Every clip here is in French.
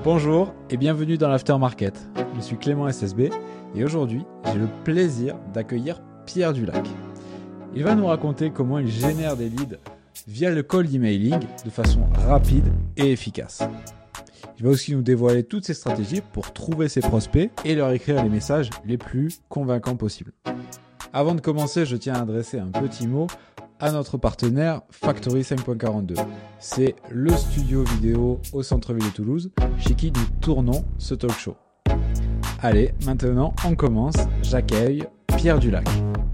Bonjour et bienvenue dans l'Aftermarket. Je suis Clément SSB et aujourd'hui, j'ai le plaisir d'accueillir Pierre Dulac. Il va nous raconter comment il génère des leads via le cold emailing de façon rapide et efficace. Il va aussi nous dévoiler toutes ses stratégies pour trouver ses prospects et leur écrire les messages les plus convaincants possibles. Avant de commencer, je tiens à adresser un petit mot à notre partenaire Factory 5.42. C'est le studio vidéo au centre-ville de Toulouse chez qui nous tournons ce talk show. Allez, maintenant on commence. J'accueille Pierre Dulac.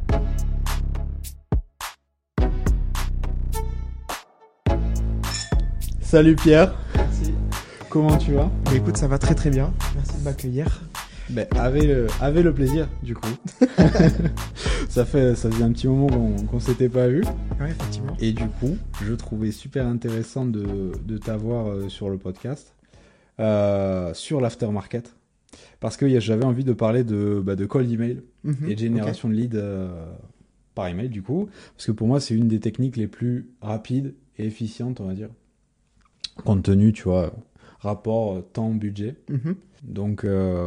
Salut Pierre. Merci. Comment tu vas ? Bah écoute, ça va très très bien. Merci de m'accueillir. Avez le plaisir du coup. ça faisait un petit moment qu'on s'était pas vu. Ouais, effectivement. Et du coup, je trouvais super intéressant de t'avoir sur le podcast, sur l'aftermarket, parce que j'avais envie de parler de cold email et de génération de leads par email du coup, parce que pour moi c'est une des techniques les plus rapides et efficientes, on va dire, compte tenu, tu vois, rapport temps-budget. Donc,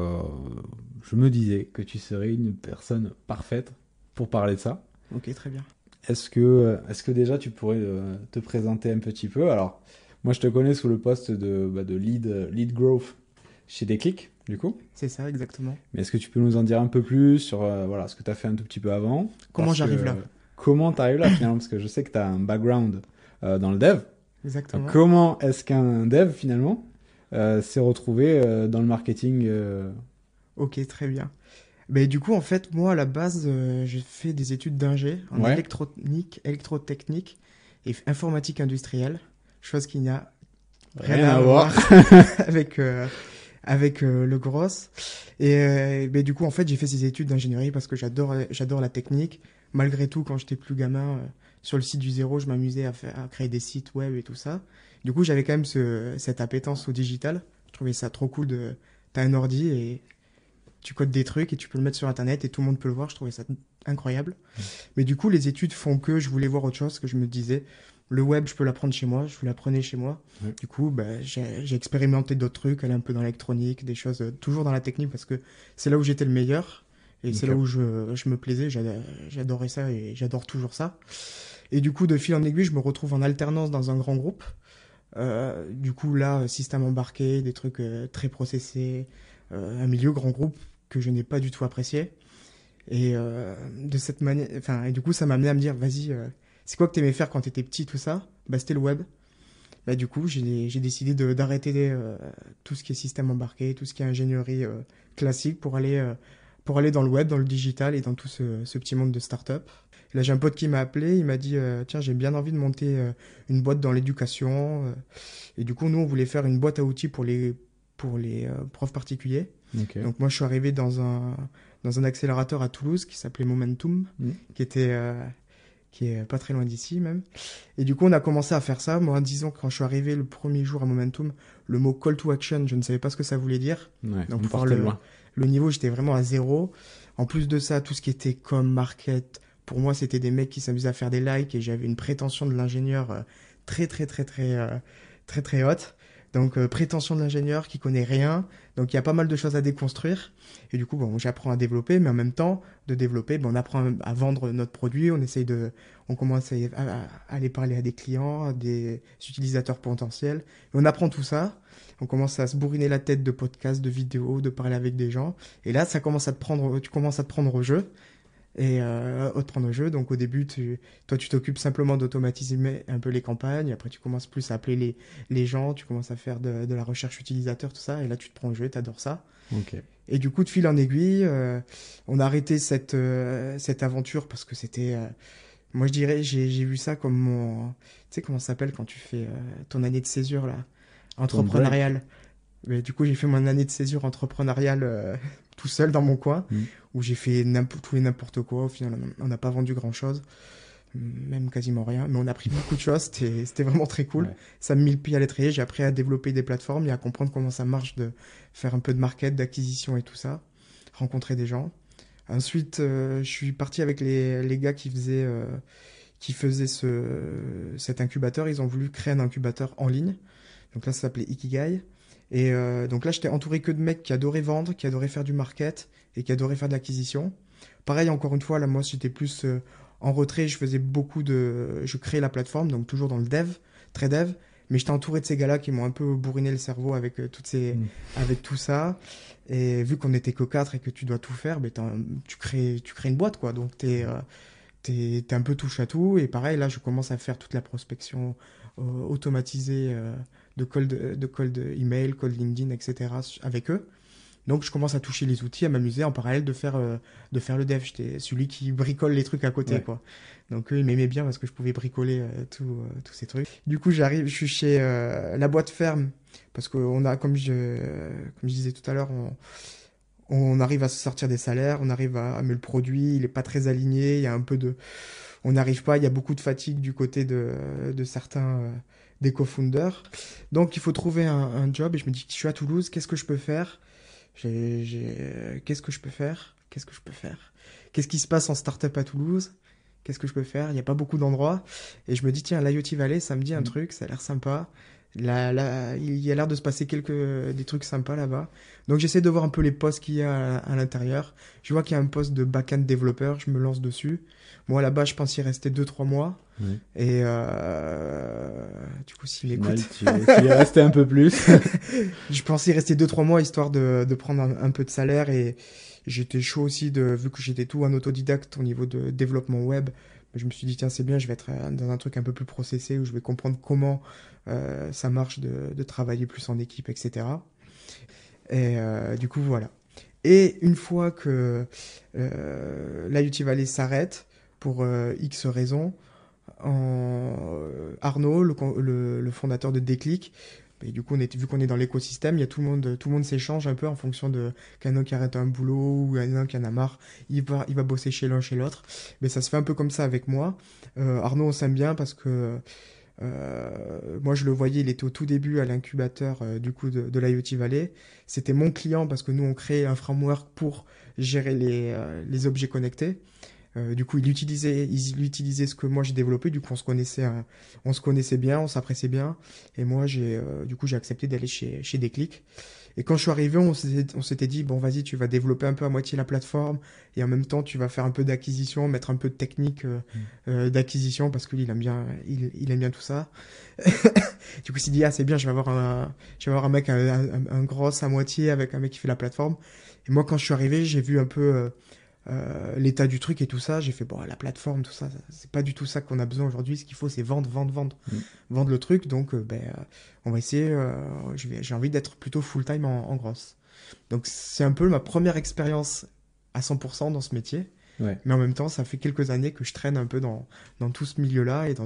je me disais que tu serais une personne parfaite pour parler de ça. Ok, très bien. Est-ce que déjà tu pourrais te présenter un petit peu ? Alors, moi je te connais sous le poste de lead growth chez Déclic, du coup. C'est ça, exactement. Mais est-ce que tu peux nous en dire un peu plus sur ce que tu as fait un tout petit peu avant ? Comment j'arrive là ? Comment tu arrives là finalement ? Parce que je sais que tu as un background dans le dev. Exactement. Donc, comment est-ce qu'un dev finalement s'est retrouvé dans le marketing Ok, très bien. Mais du coup, en fait, moi, à la base, j'ai fait des études d'ingé en électronique, électrotechnique et informatique industrielle, chose qui n'a rien à voir avec le gros. Et du coup, en fait, j'ai fait ces études d'ingénierie parce que j'adore la technique. Malgré tout, quand j'étais plus gamin, sur le site du zéro, je m'amusais à créer des sites web et tout ça. Du coup, j'avais quand même cette appétence au digital. Je trouvais ça trop cool t'as un ordi et tu codes des trucs et tu peux le mettre sur Internet et tout le monde peut le voir. Je trouvais ça incroyable. Mais du coup, les études font que je voulais voir autre chose, que je me disais, le web, je peux l'apprendre chez moi, je l'apprenais chez moi. Du coup, j'ai expérimenté d'autres trucs, aller un peu dans l'électronique, des choses toujours dans la technique parce que c'est là où j'étais le meilleur et c'est là où je me plaisais. J'adorais ça et j'adore toujours ça. Et du coup, de fil en aiguille, je me retrouve en alternance dans un grand groupe. Du coup, là, système embarqué, des trucs très processés, un milieu grand groupe que je n'ai pas du tout apprécié. Et de cette manière, et du coup, ça m'a amené à me dire, vas-y, c'est quoi que t'aimais faire quand t'étais petit, tout ça ? C'était le web. Du coup, j'ai décidé d'arrêter tout ce qui est système embarqué, tout ce qui est ingénierie classique pour aller dans le web, dans le digital et dans tout ce petit monde de start-up. Et là, j'ai un pote qui m'a appelé, il m'a dit tiens, j'ai bien envie de monter une boîte dans l'éducation. Et du coup, nous, on voulait faire une boîte à outils pour les profs particuliers. Okay. Donc moi, je suis arrivé dans un accélérateur à Toulouse qui s'appelait Momentum, qui est pas très loin d'ici même. Et du coup, on a commencé à faire ça. Moi, disons, quand je suis arrivé le premier jour à Momentum, le mot call to action, je ne savais pas ce que ça voulait dire. Ouais, donc pour voir le niveau, j'étais vraiment à zéro. En plus de ça, tout ce qui était market, pour moi, c'était des mecs qui s'amusaient à faire des likes et j'avais une prétention de l'ingénieur très haute. Donc, prétention de l'ingénieur qui connaît rien. Donc, il y a pas mal de choses à déconstruire. Et du coup, j'apprends à développer, mais en même temps, de développer, on apprend à vendre notre produit. On commence à aller parler à des clients, à des utilisateurs potentiels. Et on apprend tout ça. On commence à se bourriner la tête de podcasts, de vidéos, de parler avec des gens. Et là, tu commences à te prendre au jeu. Donc au début, tu t'occupes simplement d'automatiser un peu les campagnes. Après, tu commences plus à appeler les gens. Tu commences à faire de la recherche utilisateur, tout ça. Et là, tu te prends au jeu, t'adores ça. Okay. Et du coup, de fil en aiguille, on a arrêté cette aventure parce que c'était... moi, je dirais, j'ai vu ça comme mon... Tu sais comment ça s'appelle quand tu fais ton année de césure, là, entrepreneuriale. Mais du coup, j'ai fait mon année de césure entrepreneuriale tout seul dans mon coin, où j'ai fait tout et n'importe quoi. Au final, on n'a pas vendu grand-chose, même quasiment rien, mais on a appris beaucoup de choses. C'était vraiment très cool. Ouais. Ça me mit le pied à l'étrier. J'ai appris à développer des plateformes et à comprendre comment ça marche, de faire un peu de market, d'acquisition et tout ça, rencontrer des gens. Ensuite, je suis parti avec les gars qui faisaient cet incubateur. Ils ont voulu créer un incubateur en ligne. Donc là, ça s'appelait Ikigai. Et donc là, j'étais entouré que de mecs qui adoraient vendre, qui adoraient faire du market et qui adoraient faire de l'acquisition. Pareil, encore une fois, là, moi, j'étais plus en retrait. Je faisais je créais la plateforme, donc toujours dans le dev, très dev. Mais j'étais entouré de ces gars-là qui m'ont un peu bourriné le cerveau avec avec tout ça. Et vu qu'on était que quatre et que tu dois tout faire, ben tu crées une boîte, quoi. Donc t'es un peu touche à tout. Et pareil, là, je commence à faire toute la prospection automatisée de cold email, cold LinkedIn, etc. avec eux. Donc je commence à toucher les outils, à m'amuser en parallèle de faire le dev. J'étais celui qui bricole les trucs à côté, Ouais. quoi. Donc eux, ils m'aimaient bien parce que je pouvais bricoler tous ces trucs. Du coup, je suis chez la boîte ferme parce qu'on a, comme je disais tout à l'heure, on arrive à se sortir des salaires, on arrive mais le produit, il est pas très aligné, il y a un peu on n'arrive pas, il y a beaucoup de fatigue du côté de certains des co-founders. Donc il faut trouver un job et je me dis, je suis à Toulouse, qu'est-ce que je peux faire? Qu'est-ce que je peux faire? Qu'est-ce que je peux faire? Qu'est-ce qui se passe en startup à Toulouse? Qu'est-ce que je peux faire? Il n'y a pas beaucoup d'endroits. Et je me dis, tiens, l'IoT Valley, ça me dit un truc, ça a l'air sympa. Il y a l'air de se passer des trucs sympas là-bas. Donc j'essaie de voir un peu les postes qu'il y a à l'intérieur. Je vois qu'il y a un poste de back-end développeur, je me lance dessus. Moi là-bas, je pense y rester 2-3 mois. Ouais. Et du coup, s'il écoute... Tu y es resté un peu plus. Je pensais y rester 2-3 mois histoire de prendre un peu de salaire et j'étais chaud aussi vu que j'étais tout un autodidacte au niveau de développement web. Je me suis dit, tiens, c'est bien, je vais être dans un truc un peu plus processé où je vais comprendre comment ça marche de travailler plus en équipe, etc. Et du coup, voilà. Et une fois que l'IoT Valley s'arrête, pour X raisons, Arnaud, le fondateur de Déclic, et du coup, vu qu'on est dans l'écosystème, il y a tout le monde s'échange un peu en fonction de qu'un qui arrête un boulot ou un qui en a marre, il va bosser chez l'un, chez l'autre. Mais ça se fait un peu comme ça avec moi. Arnaud, on s'aime bien parce que moi, je le voyais, il était au tout début à l'incubateur du coup de l'IoT Valley. C'était mon client parce que nous, on crée un framework pour gérer les objets connectés. Du coup, il utilisait ce que moi j'ai développé. Du coup, on se connaissait bien, on s'appréciait bien. Et moi, j'ai accepté d'aller chez Déclic. Et quand je suis arrivé, on s'était dit, bon, vas-y, tu vas développer un peu à moitié la plateforme. Et en même temps, tu vas faire un peu d'acquisition, mettre un peu de technique d'acquisition parce qu'il aime bien, il aime bien tout ça. Du coup, il s'est dit, ah, c'est bien, je vais avoir un mec, un gros à moitié avec un mec qui fait la plateforme. Et moi, quand je suis arrivé, j'ai vu un peu l'état du truc et tout ça. J'ai fait, bon, la plateforme, tout ça, c'est pas du tout ça qu'on a besoin aujourd'hui. Ce qu'il faut, c'est vendre. Vendre le truc. Donc, on va essayer. J'ai envie d'être plutôt full-time en grosse. Donc, c'est un peu ma première expérience à 100% dans ce métier. Ouais. Mais en même temps, ça fait quelques années que je traîne un peu dans tout ce milieu-là et dans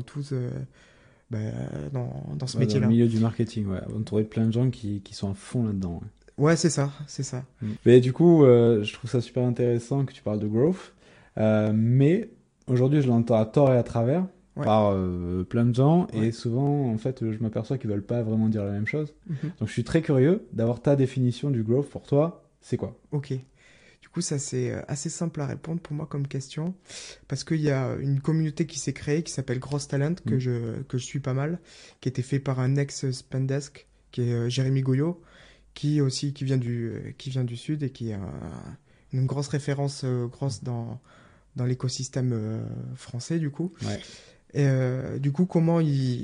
dans ce métier-là. Dans le milieu du marketing, ouais. Entouré de plein de gens qui sont à fond là-dedans. Ouais, c'est ça. Mais du coup, je trouve ça super intéressant que tu parles de growth. Mais aujourd'hui, je l'entends à tort et à travers par plein de gens. Ouais. Et souvent, en fait, je m'aperçois qu'ils veulent pas vraiment dire la même chose. Donc, je suis très curieux d'avoir ta définition du growth pour toi. C'est quoi? Ok. Du coup, ça c'est assez simple à répondre pour moi comme question, parce qu'il y a une communauté qui s'est créée qui s'appelle Gross Talent, que je suis pas mal, qui a été fait par un ex-Spendesk, qui est Jérémy Goyot, qui vient du Sud et qui est une grosse référence grosse dans l'écosystème français du coup. Ouais. Et du coup, comment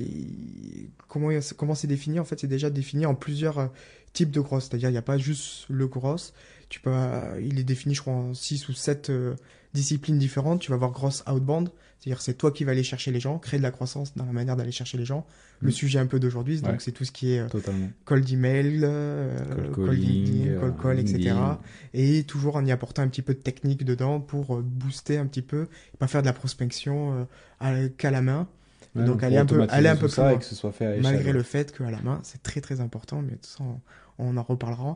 c'est défini? En fait, c'est déjà défini en plusieurs types de grosses. C'est-à-dire, il n'y a pas juste le gross. Il est défini, je crois, en 6 ou 7 disciplines différentes. Tu vas avoir gross outbound. C'est-à-dire, c'est toi qui vas aller chercher les gens, créer de la croissance dans la manière d'aller chercher les gens. Le sujet un peu d'aujourd'hui, donc c'est tout ce qui est cold email, cold LinkedIn, cold call, etc. Et toujours en y apportant un petit peu de technique dedans pour booster un petit peu, pas faire de la prospection qu'à la main. Ouais, donc aller un peu plus loin, et que ce soit fait à échelle, malgré le fait qu'à la main, c'est très très important, mais tout ça, on en reparlera.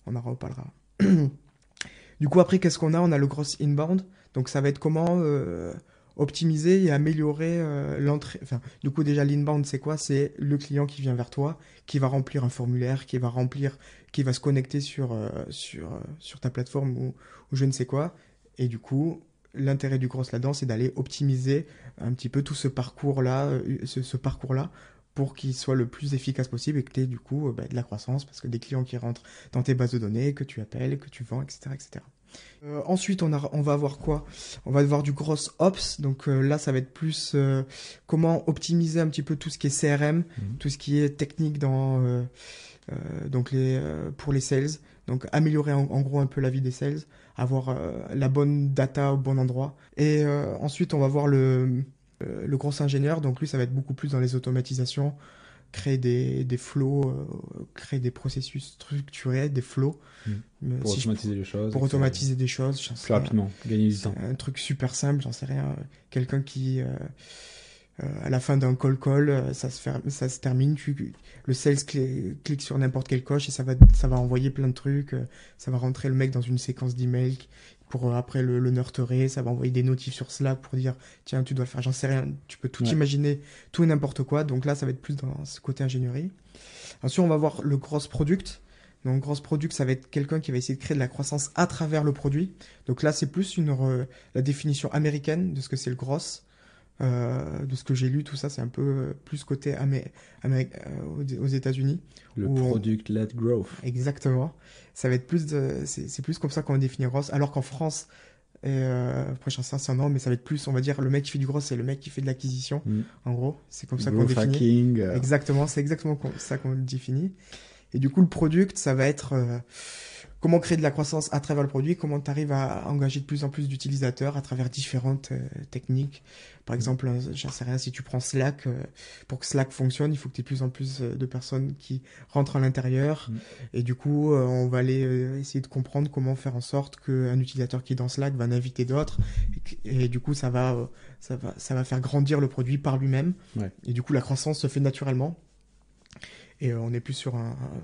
Du coup, après, qu'est-ce qu'on a? On a le gross inbound. Donc, ça va être comment optimiser et améliorer l'entrée. Enfin, du coup, déjà, l'inbound, c'est quoi? C'est le client qui vient vers toi, qui va remplir un formulaire, qui va se connecter sur ta plateforme ou je ne sais quoi. Et du coup, l'intérêt du gross là-dedans, c'est d'aller optimiser un petit peu tout ce parcours-là, pour qu'il soit le plus efficace possible et que tu aies du coup de la croissance parce que des clients qui rentrent dans tes bases de données, que tu appelles, que tu vends, etc. etc. Ensuite, on va avoir quoi? On va avoir du gross ops. Donc là, ça va être plus comment optimiser un petit peu tout ce qui est CRM, tout ce qui est technique pour les sales. Donc améliorer en gros un peu la vie des sales, avoir la bonne data au bon endroit. Et ensuite, on va voir le gros ingénieur. Donc lui, ça va être beaucoup plus dans les automatisations, créer des flows, créer des processus structurés, des flows. Pour automatiser les choses. Pour automatiser des choses. Plus rapidement, gagner du temps. Un truc super simple, j'en sais rien. Quelqu'un qui, à la fin d'un call, ça se termine, le sales clique sur n'importe quelle coche et ça va envoyer plein de trucs. Ça va rentrer le mec dans une séquence d'emails pour après le nurturer. Ça va envoyer des notifs sur Slack pour dire tiens, tu dois le faire, j'en sais rien. Tu peux tout imaginer, tout et n'importe quoi. Donc là, ça va être plus dans ce côté ingénierie. Ensuite, on va voir le gross product. Donc, gross product, ça va être quelqu'un qui va essayer de créer de la croissance à travers le produit. Donc là, c'est plus la définition américaine de ce que c'est le gross. De ce que j'ai lu, tout ça, c'est un peu plus côté aux États-Unis. Le product-led growth. Exactement. Ça va être c'est plus comme ça qu'on définit gross. Alors qu'en France, après j'en sais un nom, mais ça va être plus, on va dire, le mec qui fait du gross, c'est le mec qui fait de l'acquisition. En gros, c'est comme ça qu'on définit. Hacking. Exactement, c'est exactement ça qu'on définit. Et du coup, le product, ça va être comment créer de la croissance à travers le produit, comment tu arrives à engager de plus en plus d'utilisateurs à travers différentes techniques. Par exemple, j'en sais rien, si tu prends Slack, pour que Slack fonctionne, il faut que tu aies de plus en plus de personnes qui rentrent à l'intérieur. Et du coup, on va aller essayer de comprendre comment faire en sorte qu'un utilisateur qui est dans Slack va en inviter d'autres. Et du coup, ça va faire grandir le produit par lui-même. Ouais. Et du coup, la croissance se fait naturellement. Et on n'est plus sur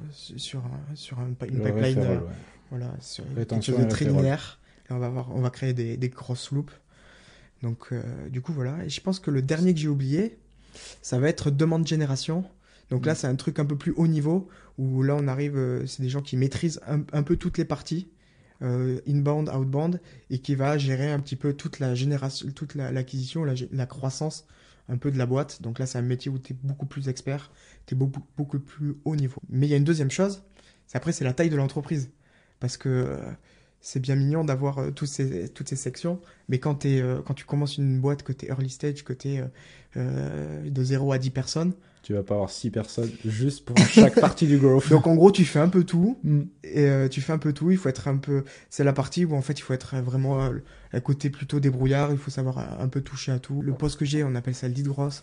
une pipeline, sur quelque chose de très linéaire. Là, on va créer des grosses loops. Donc, du coup, voilà. Et je pense que le dernier que j'ai oublié, ça va être demande génération. Donc là, c'est un truc un peu plus haut niveau, où là, on arrive, c'est des gens qui maîtrisent un peu toutes les parties, inbound, outbound, et qui va gérer un petit peu toute la génération, toute l'acquisition, la croissance un peu de la boîte. Donc là, c'est un métier où tu es beaucoup plus expert, tu es beaucoup plus haut niveau. Mais il y a une deuxième chose, c'est la taille de l'entreprise. Parce que c'est bien mignon d'avoir toutes ces sections, mais quand tu commences une boîte, que tu es early stage, que tu es de 0 à 10 personnes, tu vas pas avoir 6 personnes juste pour chaque partie du growth. Donc en gros, tu fais un peu tout. Et tu fais un peu tout. Il faut être un peu. C'est la partie où en fait, il faut être vraiment à côté plutôt débrouillard. Il faut savoir un peu toucher à tout. Le poste que j'ai, on appelle ça lead gross.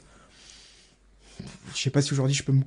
Je sais pas si aujourd'hui je peux me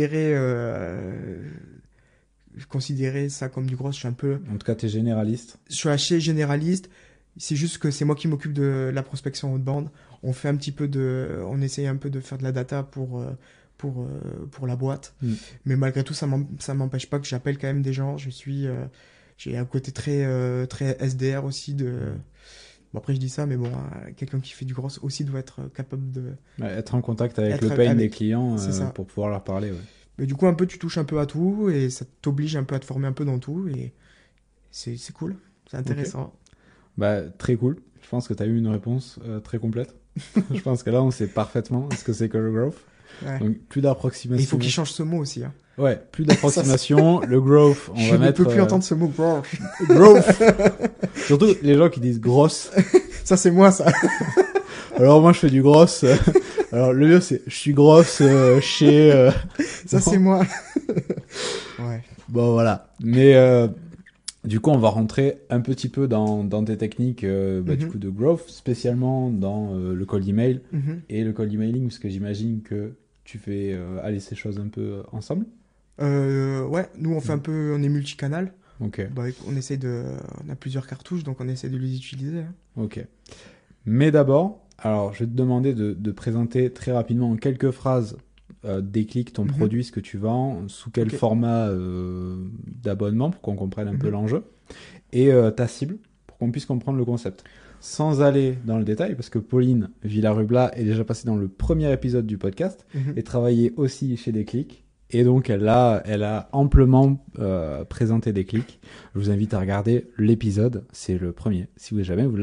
considérer ça comme du gros. Je suis un peu. En tout cas, t'es généraliste. Je suis assez généraliste. C'est juste que c'est moi qui m'occupe de la prospection outbound. On fait un petit peu on essaye un peu de faire de la data pour la boîte. Mais malgré tout, ça m'empêche pas que j'appelle quand même des gens. J'ai un côté très SDR aussi Bon, après je dis ça, mais bon, quelqu'un qui fait du gros aussi doit être capable de être en contact avec le pain des clients pour pouvoir leur parler. Ouais. Mais du coup, tu touches un peu à tout et ça t'oblige un peu à te former un peu dans tout et c'est cool, c'est intéressant. Okay. Très cool. Je pense que tu as eu une réponse très complète. Je pense que là, on sait parfaitement ce que c'est que le growth. Ouais. Donc, plus d'approximation. Il faut qu'il change ce mot aussi. Hein. Ouais, plus d'approximation. Le growth, je ne peux plus entendre ce mot growth. Growth. Surtout les gens qui disent grosse. Ça, c'est moi, ça. Alors, moi, je fais du grosse. Alors, le mieux, c'est je suis grosse chez... Ça, c'est moi. Ouais. Bon, voilà. Mais... du coup, on va rentrer un petit peu dans tes techniques du coup de growth, spécialement dans le cold email et le cold emailing, parce que j'imagine que tu fais aller ces choses un peu ensemble. Ouais, nous on fait un peu, on est multicanal. Ok. On a plusieurs cartouches, donc on essaie de les utiliser. Hein. Ok. Mais d'abord, alors je vais te demander de présenter très rapidement en quelques phrases Déclic, ton produit, ce que tu vends, sous quel format d'abonnement pour qu'on comprenne un peu l'enjeu, et ta cible pour qu'on puisse comprendre le concept. Sans aller dans le détail, parce que Pauline Villarubla est déjà passée dans le premier épisode du podcast et travaillait aussi chez Déclic. Et donc, elle a amplement présenté Déclic. Je vous invite à regarder l'épisode, c'est le premier, si jamais vous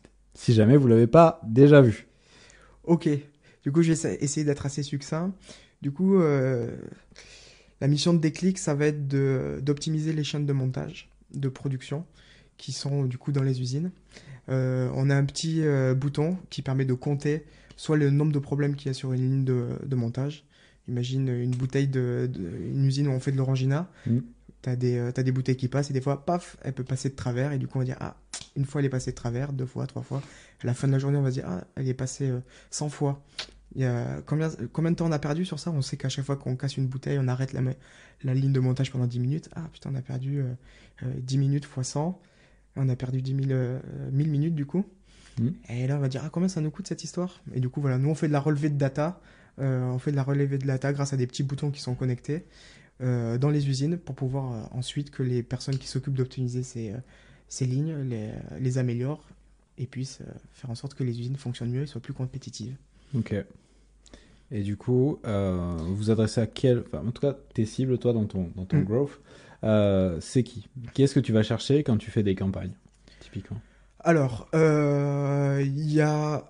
l'avez pas déjà vu. Ok. Du coup, je vais essayer d'être assez succinct. Du coup, la mission de Déclic, ça va être d'optimiser les chaînes de montage, de production, qui sont du coup dans les usines. On a un petit bouton qui permet de compter soit le nombre de problèmes qu'il y a sur une ligne de montage. Imagine une bouteille une usine où on fait de l'orangina. T'as des bouteilles qui passent et des fois, paf, elle peut passer de travers. Et du coup, on va dire, ah, une fois elle est passée de travers, 2 fois, 3 fois. À la fin de la journée, on va dire, ah, elle est passée 100 fois. Il y a combien de temps on a perdu sur ça? On sait qu'à chaque fois qu'on casse une bouteille, on arrête la ligne de montage pendant 10 minutes. Ah putain, on a perdu 10 minutes fois 100. On a perdu 1000 minutes du coup. Et là, on va dire, ah, combien ça nous coûte cette histoire? Et du coup, voilà, nous, on fait de la relevée de data. On fait de la relevée de data grâce à des petits boutons qui sont connectés dans les usines pour pouvoir ensuite que les personnes qui s'occupent d'optimiser ces lignes les améliorent et puissent faire en sorte que les usines fonctionnent mieux et soient plus compétitives. Ok. Et du coup, vous adressez à quel... Enfin, en tout cas, tes cibles, toi, dans ton growth, c'est qui? Qui est-ce que tu vas chercher quand tu fais des campagnes, typiquement? Alors, il y a...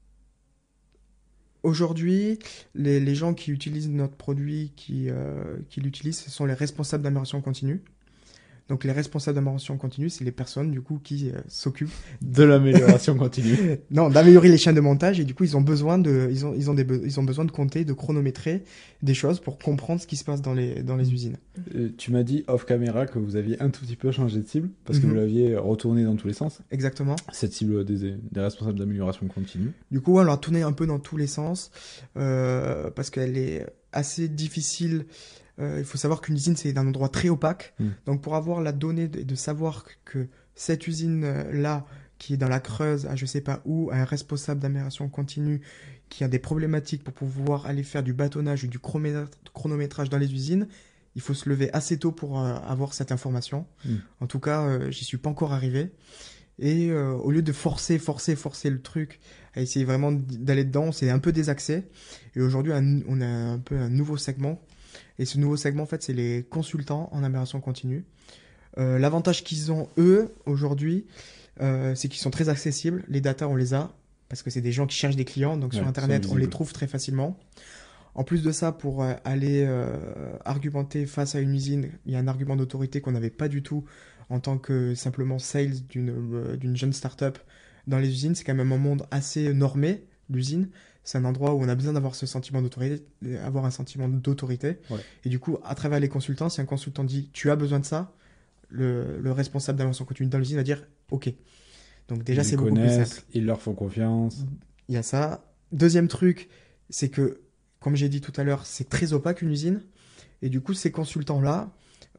Aujourd'hui, les gens qui utilisent notre produit, qui l'utilisent, ce sont les responsables d'amélioration continue. Donc les responsables d'amélioration continue, c'est les personnes du coup qui s'occupent de l'amélioration continue. Non, d'améliorer les chaînes de montage et du coup ils ont besoin ils ont besoin de compter, de chronométrer des choses pour comprendre ce qui se passe dans les usines. Tu m'as dit off caméra que vous aviez un tout petit peu changé de cible parce que vous l'aviez retourné dans tous les sens. Exactement. Cette cible des responsables d'amélioration continue. Du coup, on l'a tourné un peu dans tous les sens parce qu'elle est assez difficile. Il faut savoir qu'une usine, c'est un endroit très opaque. Donc, pour avoir la donnée de savoir que cette usine-là, qui est dans la Creuse, à je sais pas où, un responsable d'amélioration continue, qui a des problématiques pour pouvoir aller faire du bâtonnage ou du chronométrage dans les usines, il faut se lever assez tôt pour avoir cette information. En tout cas, j'y suis pas encore arrivé. Et au lieu de forcer le truc, à essayer vraiment d'aller dedans, c'est un peu désaxé. Et aujourd'hui, on a un peu un nouveau segment. Et ce nouveau segment, en fait, c'est les consultants en amélioration continue. L'avantage qu'ils ont, eux, aujourd'hui, c'est qu'ils sont très accessibles. Les datas, on les a, parce que c'est des gens qui cherchent des clients. Donc sur Internet, on les trouve très facilement. En plus de ça, pour aller argumenter face à une usine, il y a un argument d'autorité qu'on n'avait pas du tout en tant que simplement sales d'une jeune start-up dans les usines. C'est quand même un monde assez normé, l'usine. C'est un endroit où on a besoin d'avoir ce sentiment d'autorité, avoir un sentiment d'autorité. Ouais. Et du coup, à travers les consultants, si un consultant dit « tu as besoin de ça », le responsable d'amélioration continue dans l'usine va dire « ok ». Donc déjà, c'est beaucoup plus simple. Ils leur font confiance. Il y a ça. Deuxième truc, c'est que, comme j'ai dit tout à l'heure, c'est très opaque une usine. Et du coup, ces consultants-là,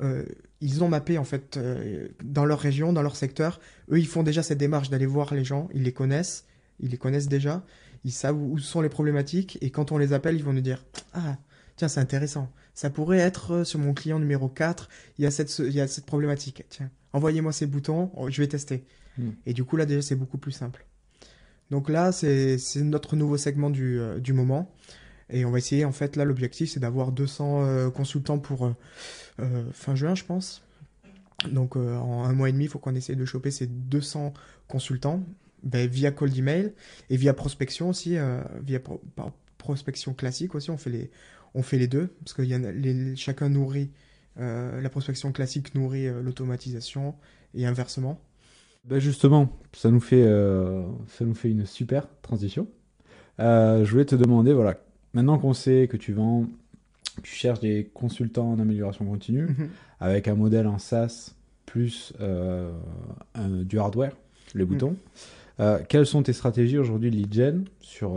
ils ont mappé en fait dans leur région, dans leur secteur. Eux, ils font déjà cette démarche d'aller voir les gens. Ils les connaissent déjà. Ils savent où sont les problématiques. Et quand on les appelle, ils vont nous dire « ah, tiens, c'est intéressant. Ça pourrait être sur mon client numéro 4. Il y a cette problématique. Tiens, envoyez-moi ces boutons. Je vais tester. » Et du coup, là, déjà, c'est beaucoup plus simple. Donc là, c'est notre nouveau segment du moment. Et on va essayer, en fait, là, l'objectif, c'est d'avoir 200 consultants pour fin juin, je pense. Donc, en un mois et demi, il faut qu'on essaye de choper ces 200 consultants via cold email et via prospection aussi, via prospection classique aussi. On fait les deux, parce que chacun nourrit, la prospection classique nourrit l'automatisation et inversement. Ben justement, ça nous fait une super transition. Je voulais te demander, voilà, maintenant qu'on sait que tu cherches des consultants en amélioration continue avec un modèle en SaaS plus du hardware, les boutons. Quelles sont tes stratégies aujourd'hui de lead gen sur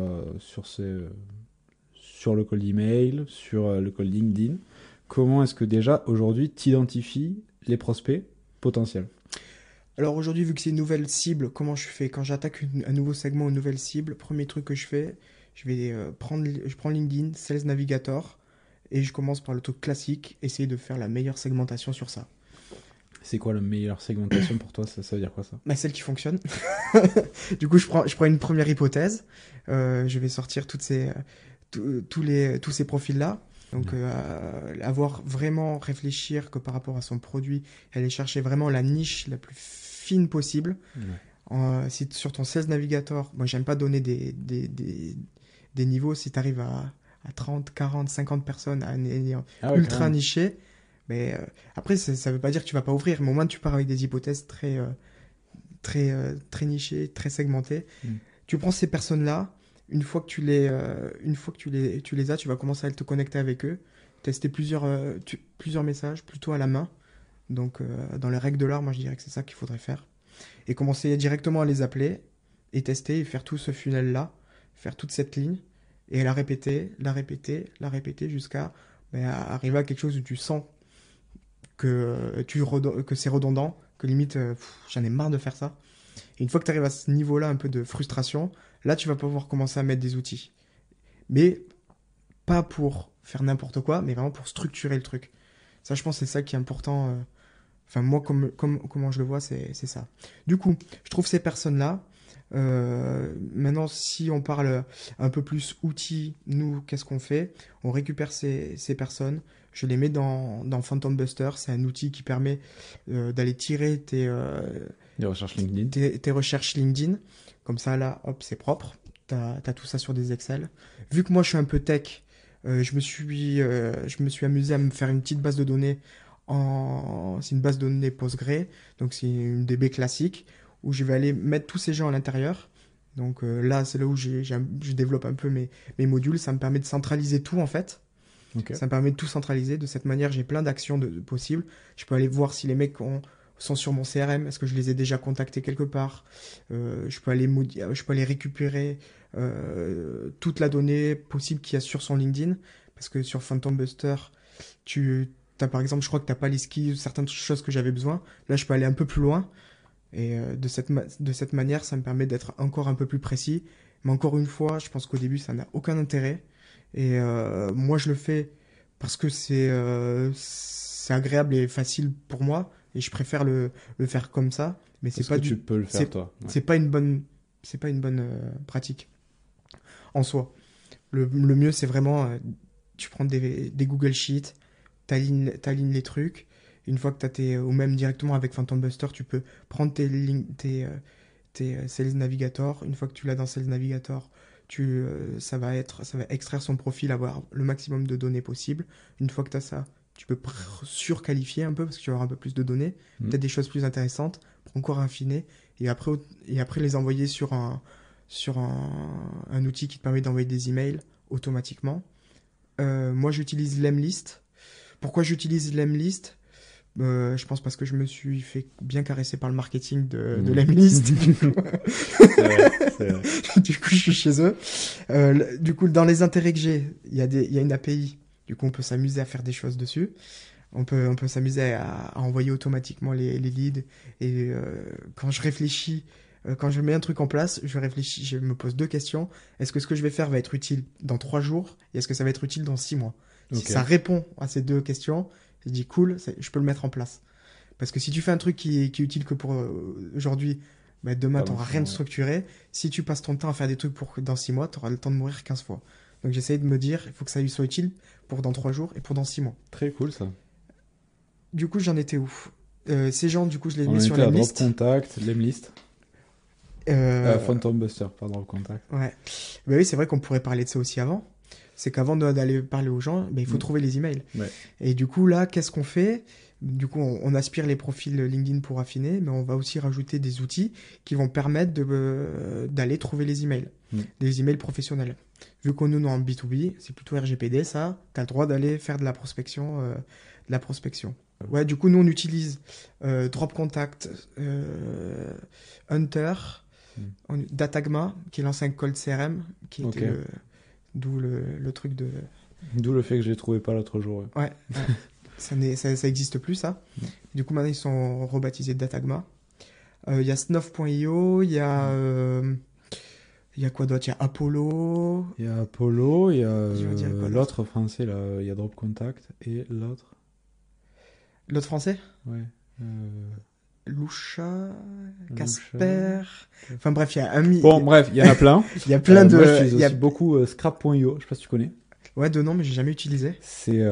le cold email, sur le cold LinkedIn? Comment est-ce que déjà aujourd'hui tu identifies les prospects potentiels? Alors aujourd'hui, vu que c'est une nouvelle cible, comment je fais? Quand j'attaque un nouveau segment, une nouvelle cible, premier truc que je fais, je prends LinkedIn, Sales Navigator, et je commence par le truc classique, essayer de faire la meilleure segmentation sur ça. C'est quoi la meilleure segmentation pour toi? Ça veut dire quoi ça? Celle qui fonctionne. Du coup, je prends une première hypothèse. Je vais sortir tous ces profils-là. Donc, avoir vraiment réfléchir que par rapport à son produit, aller chercher vraiment la niche la plus fine possible. Si sur ton Sales Navigator, moi j'aime pas donner des niveaux. Si tu arrives à 30, 40, 50 personnes, à un Ah ouais, ultra carrément. niché. Mais après, ça veut pas dire que tu vas pas ouvrir, mais au moins tu pars avec des hypothèses très nichées, très segmentées. Mm. Tu prends ces personnes-là, une fois que tu les as, tu vas commencer à te connecter avec eux, tester plusieurs messages plutôt à la main. Donc, dans les règles de l'art, moi je dirais que c'est ça qu'il faudrait faire. Et commencer directement à les appeler et tester et faire tout ce funnel-là, faire toute cette ligne et la répéter, la répéter jusqu'à arriver à quelque chose où tu sens que c'est redondant, que limite j'en ai marre de faire ça. Et une fois que tu arrives à ce niveau-là un peu de frustration, là tu vas pouvoir commencer à mettre des outils. Mais pas pour faire n'importe quoi, mais vraiment pour structurer le truc. Ça, je pense, c'est ça qui est important. Enfin, moi, comment je le vois, c'est ça. Du coup, je trouve ces personnes-là. Maintenant, si on parle un peu plus outils, nous, qu'est-ce qu'on fait? On récupère ces personnes, je les mets dans Phantom Buster. C'est un outil qui permet d'aller tirer Des recherches LinkedIn. tes recherches LinkedIn. Comme ça, là, hop, c'est propre. T'as tout ça sur des Excel. Vu que moi, je suis un peu tech, je me suis amusé à me faire une petite base de données c'est une base de données Postgre, donc c'est une DB classique où je vais aller mettre tous ces gens à l'intérieur. Donc là, c'est là où je développe un peu mes modules. Ça me permet de centraliser tout en fait. Ok. Ça me permet de tout centraliser. De cette manière, j'ai plein d'actions possibles. Je peux aller voir si les mecs sont sur mon CRM. Est-ce que je les ai déjà contactés quelque part? Je peux aller récupérer toute la donnée possible qu'il y a sur son LinkedIn. Parce que sur Phantom Buster, par exemple, je crois que tu n'as pas les skis, certaines choses que j'avais besoin. Là, je peux aller un peu plus loin. Et de cette manière, ça me permet d'être encore un peu plus précis. Mais encore une fois, je pense qu'au début, ça n'a aucun intérêt. Et moi, je le fais parce que c'est agréable et facile pour moi. Et je préfère le faire comme ça. Mais c'est Parce pas que tu peux le faire, toi. Ouais. c'est pas une bonne, pratique en soi. Le mieux, c'est vraiment, tu prends des Google Sheets, t'alignes les trucs. Une fois que ou même directement avec Phantom Buster, tu peux prendre tes Sales Navigator. Une fois que tu l'as dans Sales Navigator, ça va extraire son profil, avoir le maximum de données possible. Une fois que tu as ça, tu peux surqualifier un peu parce que tu vas avoir un peu plus de données, peut-être des choses plus intéressantes, pour encore affiner et après les envoyer sur un outil qui te permet d'envoyer des emails automatiquement. Moi, j'utilise Lemlist. Pourquoi j'utilise Lemlist? Je pense parce que je me suis fait bien caresser par le marketing de Lemlist. C'est vrai. Du coup, je suis chez eux. Du coup, dans les intérêts que j'ai, il y a une API. Du coup, on peut s'amuser à faire des choses dessus. On peut s'amuser à envoyer automatiquement les leads. Et quand je réfléchis, quand je mets un truc en place, je me pose deux questions. Est-ce que ce que je vais faire va être utile dans 3 jours? Et est-ce que ça va être utile dans 6 mois? Si ça répond à ces deux questions, je dis cool, je peux le mettre en place. Parce que si tu fais un truc qui est utile que pour aujourd'hui, demain, tu n'auras rien de structuré. Si tu passes ton temps à faire des trucs pour dans 6 mois, tu auras le temps de mourir 15 fois. Donc j'essaye de me dire, il faut que ça lui soit utile pour dans 3 jours et pour dans 6 mois. Très cool ça. Du coup, j'en étais où? Ces gens, du coup, je les On mets sur était la à liste. Drop Contact, Lemlist. Phantom Buster, pas Drop Contact. Ouais. Bah oui, c'est vrai qu'on pourrait parler de ça aussi avant. C'est qu'avant d'aller parler aux gens, il faut trouver les emails. Ouais. Et du coup, là, qu'est-ce qu'on fait? Du coup, on aspire les profils LinkedIn pour affiner, mais on va aussi rajouter des outils qui vont permettre d'aller trouver les emails, des emails professionnels. Vu qu'on nous, en B2B, c'est plutôt RGPD, ça, tu as le droit d'aller faire de la prospection. Ouais, du coup, nous, on utilise Drop Contact, Hunter, Datagma, qui est l'ancien Cold CRM, qui était d'où le truc de... D'où le fait que je l'ai trouvé pas l'autre jour. Ouais. Ça existe plus, ça. Du coup, maintenant, ils sont rebaptisés Datagma. Il y a Snuff.io, il y a quoi d'autre? Il y a Apollo. Il y a Apollo, il y a l'autre français, là. Il y a Drop Contact et l'autre. L'autre français? Ouais. Lusha, Casper. Enfin bref, il y a Bon, bref, il y en a plein. Il y a plein de. Moi, je utilise aussi beaucoup Scrap.io. Je sais pas si tu connais. Ouais, de nom, mais j'ai jamais utilisé. C'est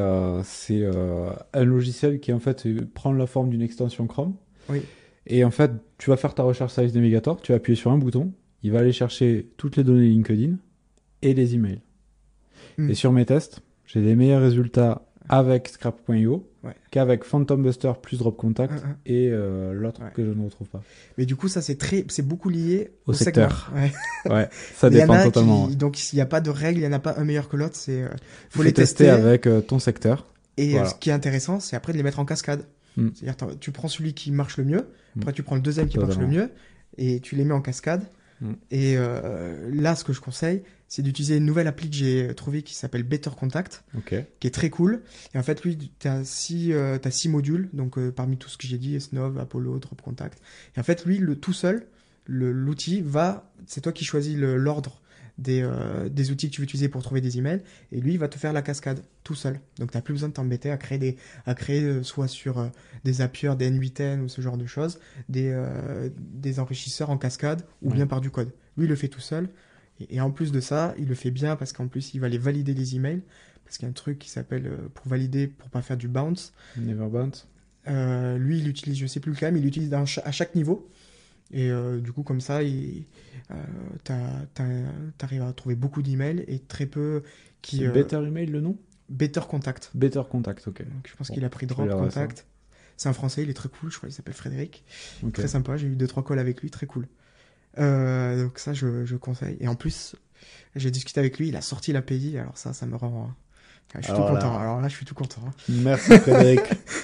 un logiciel qui en fait prend la forme d'une extension Chrome. Oui. Et en fait, tu vas faire ta recherche Sales Navigator, tu vas appuyer sur un bouton, il va aller chercher toutes les données LinkedIn et les emails. Et sur mes tests, j'ai des meilleurs résultats avec Scrap.io qu'avec Phantom Buster plus Drop Contact et l'autre que je ne retrouve pas. Mais du coup, ça c'est beaucoup lié au secteur. Ouais, ça dépend totalement. Donc il n'y a pas de règle, il n'y en a pas un meilleur que l'autre. Faut les tester avec ton secteur. Et ce qui est intéressant, c'est après de les mettre en cascade. C'est-à-dire tu prends celui qui marche le mieux, après tu prends le deuxième qui marche le mieux, et tu les mets en cascade. Et là, ce que je conseille, c'est d'utiliser une nouvelle appli que j'ai trouvée qui s'appelle Better Contact, qui est très cool. Et en fait, lui, t'as 6 modules, donc parmi tout ce que j'ai dit, Snov, Apollo, Drop Contact. Et en fait, lui, tout seul, l'outil c'est toi qui choisis l'ordre des outils que tu veux utiliser pour trouver des emails, et lui il va te faire la cascade tout seul. Donc t'as plus besoin de t'embêter à créer soit sur des Zapier, des N8N ou ce genre de choses, des enrichisseurs en cascade ou bien par du code. Lui il le fait tout seul, et en plus de ça il le fait bien parce qu'en plus il va les valider les emails, parce qu'il y a un truc qui s'appelle pour valider, pour pas faire du bounce. Never bounce. Lui il utilise, je sais plus lequel, mais il l'utilise à chaque niveau. Et du coup, comme ça, t'arrives à trouver beaucoup d'emails et très peu qui... C'est Better Email le nom ? Better Contact. Better Contact, ok. Donc, je pense qu'il a pris Drop Contact. C'est un Français, il est très cool, je crois qu'il s'appelle Frédéric. Très sympa, j'ai eu 2-3 calls avec lui, très cool. Donc ça, je conseille. Et en plus, j'ai discuté avec lui, il a sorti l'API, alors ça me rend... Je suis tout content. Alors là, je suis tout content. Merci Frédéric.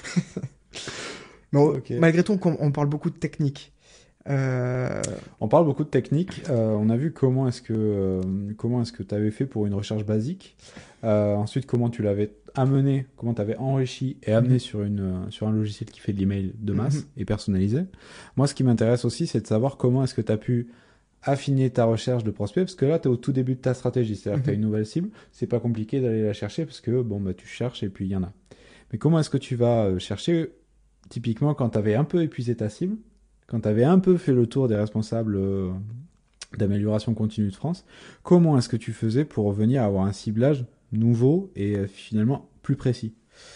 Bon, malgré tout, on parle beaucoup de technique. On parle beaucoup de technique. On a vu comment est-ce que tu avais fait pour une recherche basique. Ensuite, comment tu l'avais amené, comment tu avais enrichi et amené sur un logiciel qui fait de l'email de masse et personnalisé. Moi, ce qui m'intéresse aussi, c'est de savoir comment est-ce que tu as pu affiner ta recherche de prospect, parce que là, tu es au tout début de ta stratégie. C'est-à-dire que tu as une nouvelle cible. C'est pas compliqué d'aller la chercher parce que tu cherches et puis il y en a. Mais comment est-ce que tu vas chercher, typiquement, quand tu avais un peu épuisé ta cible, quand tu avais un peu fait le tour des responsables d'amélioration continue de France, comment est-ce que tu faisais pour revenir à avoir un ciblage nouveau et finalement plus précis ?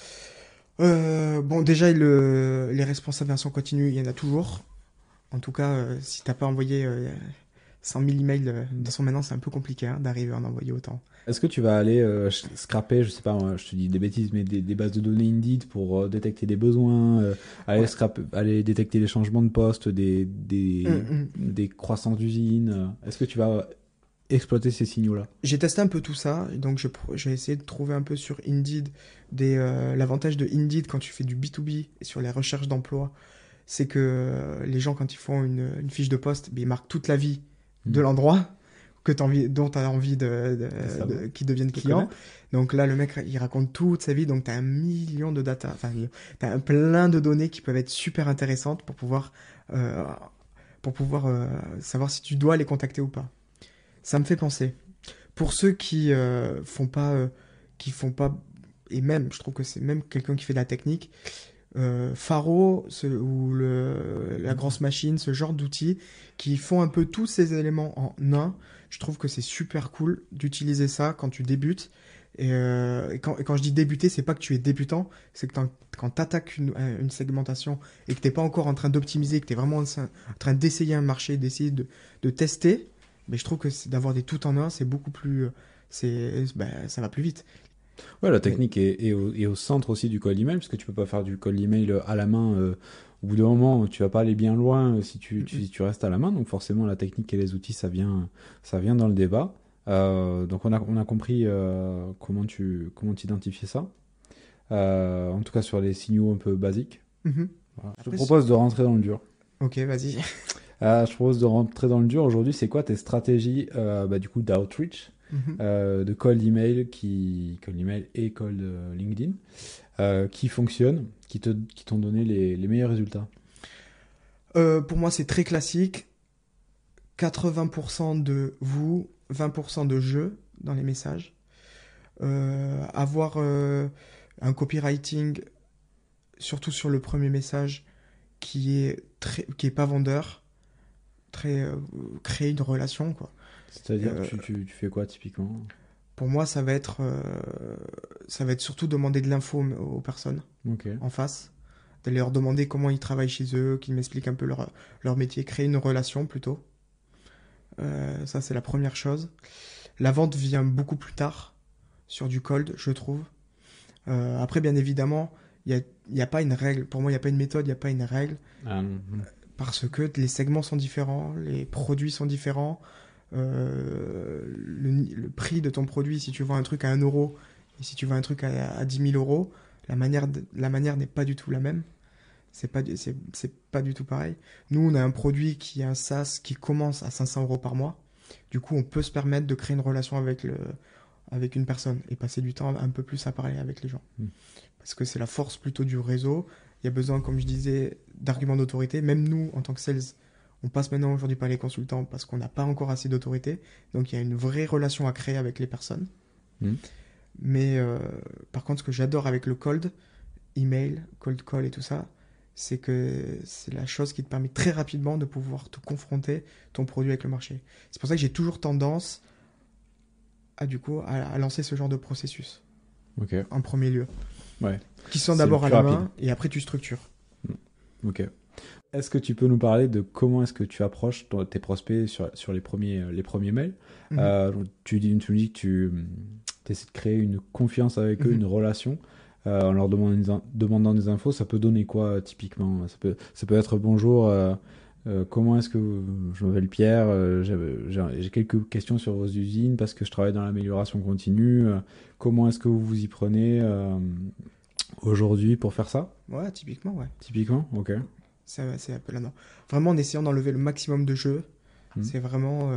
Déjà, les responsables d'amélioration continue, il y en a toujours. En tout cas, si tu n'as pas envoyé 100 000 emails de toute façon, maintenant, c'est un peu compliqué d'arriver à en envoyer autant. Est-ce que tu vas aller scraper, je sais pas, je te dis des bêtises, mais des bases de données Indeed pour détecter des besoins, aller détecter les changements de poste, des croissances d'usines. Est-ce que tu vas exploiter ces signaux-là ? J'ai testé un peu tout ça, donc j'ai essayé de trouver un peu sur Indeed l'avantage de Indeed quand tu fais du B2B et sur les recherches d'emploi, c'est que les gens, quand ils font une fiche de poste, ils marquent toute la vie de l'endroit dont tu as envie qu'ils deviennent clients. Donc là, le mec, il raconte toute sa vie, donc tu as un million de data, enfin, tu as plein de données qui peuvent être super intéressantes pour pouvoir savoir si tu dois les contacter ou pas. Ça me fait penser. Pour ceux qui font pas, et même, je trouve que c'est même quelqu'un qui fait de la technique, Faro ou la grosse machine, ce genre d'outils qui font un peu tous ces éléments en un, je trouve que c'est super cool d'utiliser ça quand tu débutes. Et quand je dis débuter, c'est pas que tu es débutant, c'est que quand tu attaques une segmentation et que tu n'es pas encore en train d'optimiser, que tu es vraiment en train d'essayer un marché, d'essayer de tester, mais je trouve que d'avoir des tout en un, c'est beaucoup plus... ça va plus vite. Ouais, la technique est au centre aussi du cold email, parce que tu peux pas faire du cold email à la main. Au bout d'un moment, tu vas pas aller bien loin si tu restes à la main. Donc forcément, la technique et les outils, ça vient dans le débat. Donc on a compris comment t'identifier ça. En tout cas sur les signaux un peu basiques. Voilà. Je te propose de rentrer dans le dur. Ok, vas-y. Je te propose de rentrer dans le dur aujourd'hui. C'est quoi tes stratégies du coup d'outreach, de cold email et cold LinkedIn qui fonctionnent, qui t'ont donné les meilleurs résultats? Pour moi, c'est très classique. 80% de vous, 20% de je dans les messages. Avoir un copywriting, surtout sur le premier message, qui est pas vendeur, créer une relation, quoi. C'est-à-dire, tu fais quoi typiquement? Pour moi, ça va être surtout demander de l'info aux personnes en face, d'aller leur demander comment ils travaillent chez eux, qu'ils m'expliquent un peu leur métier, créer une relation plutôt. Ça, c'est la première chose. La vente vient beaucoup plus tard. sur du cold, je trouve. Après, bien évidemment, il y a pas une règle. Pour moi, il n'y a pas une méthode, il n'y a pas une règle. Parce que les segments sont différents, les produits sont différents. Le prix de ton produit, si tu vends un truc à 1 euro et si tu vends un truc à 10 000 euros, la manière n'est pas du tout la même. C'est pas du tout pareil. Nous, on a un produit qui est un SaaS qui commence à 500 euros par mois. Du coup, on peut se permettre de créer une relation avec une personne et passer du temps un peu plus à parler avec les gens. Parce que c'est la force plutôt du réseau. Il y a besoin, comme je disais, d'arguments d'autorité. Même nous, en tant que sales, on passe maintenant aujourd'hui par les consultants parce qu'on n'a pas encore assez d'autorité. Donc, il y a une vraie relation à créer avec les personnes. Mais par contre, ce que j'adore avec le cold, email, cold call et tout ça, c'est que c'est la chose qui te permet très rapidement de pouvoir te confronter ton produit avec le marché. C'est pour ça que j'ai toujours tendance à lancer ce genre de processus. En premier lieu. Ouais. Qui sont d'abord à la main et après tu structures. Ok. Est-ce que tu peux nous parler de comment est-ce que tu approches tes prospects sur les premiers mails? Tu me dis que tu essaies de créer une confiance avec eux, une relation. En leur demandant des infos, ça peut donner quoi typiquement? Ça peut être bonjour, comment est-ce que je m'appelle Pierre, j'ai quelques questions sur vos usines parce que je travaille dans l'amélioration continue. Comment est-ce que vous vous y prenez aujourd'hui pour faire ça? Ouais, typiquement, ouais. Typiquement, ok. C'est un peu là-dedans. Vraiment en essayant d'enlever le maximum de jeux. C'est vraiment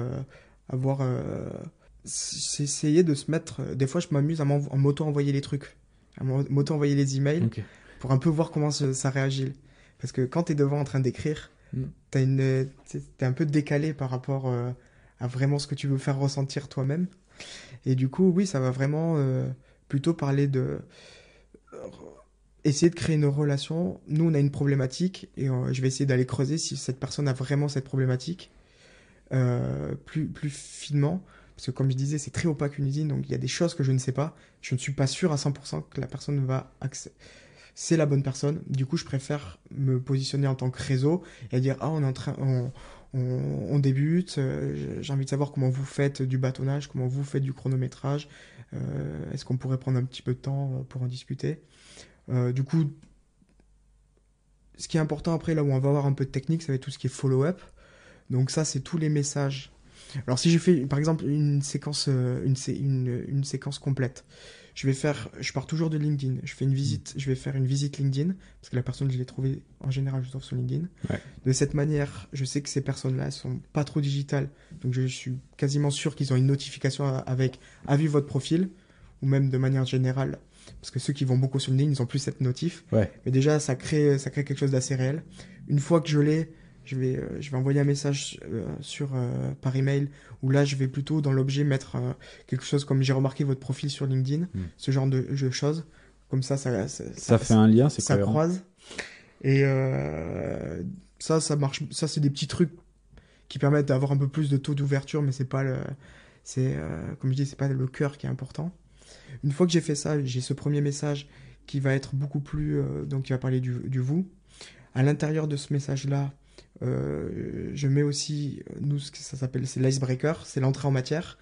c'est essayer de se mettre. Des fois, je m'amuse à m'auto-envoyer les trucs. À m'auto-envoyer les emails pour un peu voir comment ça réagit. Parce que quand tu es devant en train d'écrire, t'es un peu décalé par rapport à vraiment ce que tu veux faire ressentir toi-même. Et du coup, oui, ça va vraiment plutôt parler de essayer de créer une relation. Nous, on a une problématique et je vais essayer d'aller creuser si cette personne a vraiment cette problématique plus finement. Parce que comme je disais, c'est très opaque une usine, donc il y a des choses que je ne sais pas. Je ne suis pas sûr à 100% que la personne c'est la bonne personne. Du coup, je préfère me positionner en tant que réseau et dire on débute. J'ai envie de savoir comment vous faites du bâtonnage, comment vous faites du chronométrage. Est-ce qu'on pourrait prendre un petit peu de temps pour en discuter? Du coup, ce qui est important après, là où on va avoir un peu de technique, ça va être tout ce qui est follow-up. Donc ça, c'est tous les messages. Alors si j'ai fait par exemple une séquence complète, je pars toujours de LinkedIn, je vais faire une visite LinkedIn parce que la personne je l'ai trouvée en général je trouve sur LinkedIn. De cette manière, je sais que ces personnes-là sont pas trop digitales, donc je suis quasiment sûr qu'ils ont une notification avec vu votre profil ou même de manière générale parce que ceux qui vont beaucoup sur LinkedIn, ils ont plus cette notif. Mais déjà ça crée quelque chose d'assez réel. Une fois que je l'ai, je vais envoyer un message par email où là je vais plutôt dans l'objet mettre quelque chose comme j'ai remarqué votre profil sur LinkedIn, ce genre de choses. Comme ça fait un lien, ça croise. Et ça marche. Ça c'est des petits trucs qui permettent d'avoir un peu plus de taux d'ouverture, mais c'est pas comme je dis, c'est pas le cœur qui est important. Une fois que j'ai fait ça, j'ai ce premier message qui va être beaucoup plus donc qui va parler du vous. À l'intérieur de ce message-là, je mets aussi, nous, ce que ça s'appelle, c'est l'icebreaker, c'est l'entrée en matière.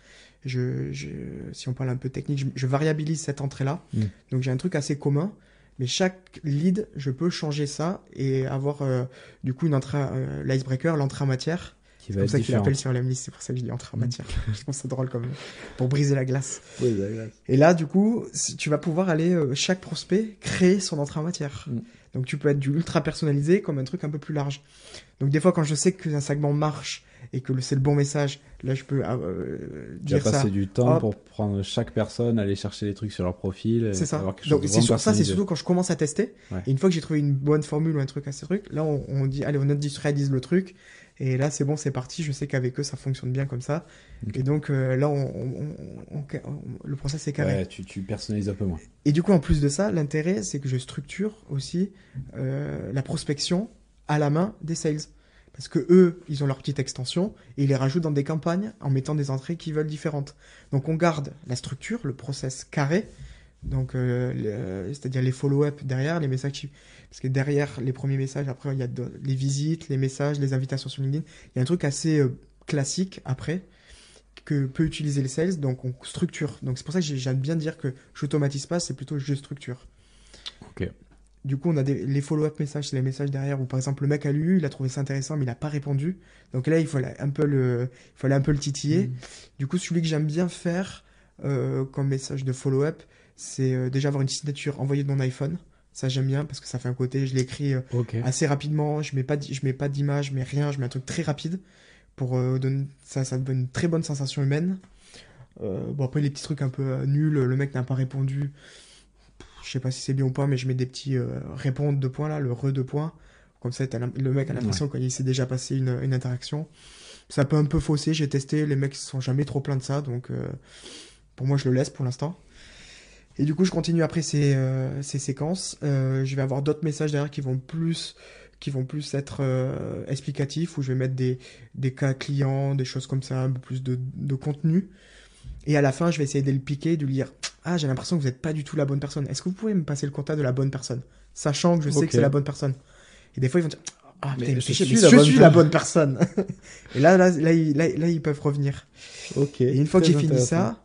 Si on parle un peu technique, je variabilise cette entrée-là. Donc j'ai un truc assez commun, mais chaque lead, je peux changer ça et avoir du coup une entrée, l'icebreaker, l'entrée en matière. C'est comme ça qu'il appelle sur la liste, c'est pour ça que je dis entrée en matière. Je trouve ça drôle comme pour briser la glace. Et là, du coup, tu vas pouvoir aller, chaque prospect, créer son entrée en matière. Donc tu peux être du ultra personnalisé comme un truc un peu plus large. Donc des fois quand je sais qu'un segment marche et que c'est le bon message, là je peux dire ça. Passer du temps pour prendre chaque personne, aller chercher les trucs sur leur profil. C'est ça. Donc c'est surtout quand je commence à tester. Et une fois que j'ai trouvé une bonne formule ou un truc à ce truc, là on dit allez on industrialise le truc. Et là c'est bon, c'est parti. Je sais qu'avec eux ça fonctionne bien comme ça. Et donc là le process est carré. Ouais, tu personnalises un peu moins. Et du coup en plus de ça, l'intérêt c'est que je structure aussi la prospection à la main des sales. Parce que eux, ils ont leur petite extension et ils les rajoutent dans des campagnes en mettant des entrées qu'ils veulent différentes. Donc on garde la structure, le process carré, donc c'est-à-dire les follow-up derrière, les messages, parce que derrière les premiers messages, après il y a les visites, les messages, les invitations sur LinkedIn. Il y a un truc assez classique après que peut utiliser les sales, donc on structure. Donc c'est pour ça que j'aime bien dire que j'automatise pas, c'est plutôt je structure. Ok. Du coup, on a les follow-up messages, c'est les messages derrière où par exemple le mec a lu, il a trouvé ça intéressant, mais il n'a pas répondu. Donc là, il fallait un peu le titiller. Du coup, celui que j'aime bien faire comme message de follow-up, c'est déjà avoir une signature envoyée de mon iPhone. Ça, j'aime bien parce que ça fait un côté, je l'écris assez rapidement, je mets pas d'image, je mets rien, je mets un truc très rapide pour donner ça donne une très bonne sensation humaine. Bon, après, les petits trucs un peu nuls, le mec n'a pas répondu. Je sais pas si c'est bien ou pas, mais je mets des petits répondre 2 points là, le re 2 points. Comme ça, le mec a l'impression qu'il s'est déjà passé une interaction. Ça peut un peu fausser, j'ai testé, les mecs sont jamais trop pleins de ça, donc pour moi, je le laisse pour l'instant. Et du coup, je continue après ces séquences. Je vais avoir d'autres messages derrière qui vont plus être explicatifs, où je vais mettre des cas clients, des choses comme ça, un peu plus de contenu. Et à la fin, je vais essayer de le piquer, de lui dire « Ah, j'ai l'impression que vous n'êtes pas du tout la bonne personne. Est-ce que vous pouvez me passer le contact de la bonne personne ?» Sachant que je sais que c'est la bonne personne. Et des fois, ils vont dire « Ah, putain, je suis la bonne personne. » Et là, ils peuvent revenir. Ok. Et une fois que j'ai fini ça,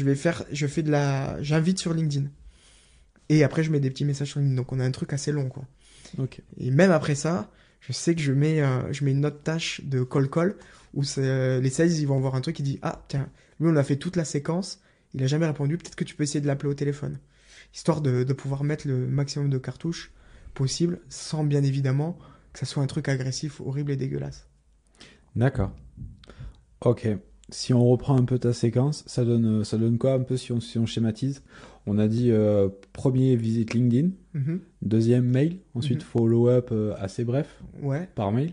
j'invite sur LinkedIn. Et après, je mets des petits messages sur LinkedIn. Donc, on a un truc assez long, quoi. Ok. Et même après ça, je sais que je mets une autre tâche de call où les sales, ils vont voir un truc qui dit « Ah, tiens, lui, on a fait toute la séquence. Il a jamais répondu. Peut-être que tu peux essayer de l'appeler au téléphone. » Histoire de pouvoir mettre le maximum de cartouches possible, sans bien évidemment que ça soit un truc agressif, horrible et dégueulasse. D'accord. Ok. Si on reprend un peu ta séquence, ça donne quoi un peu si on schématise? On a dit premier visite LinkedIn, deuxième mail, ensuite follow-up assez bref par mail.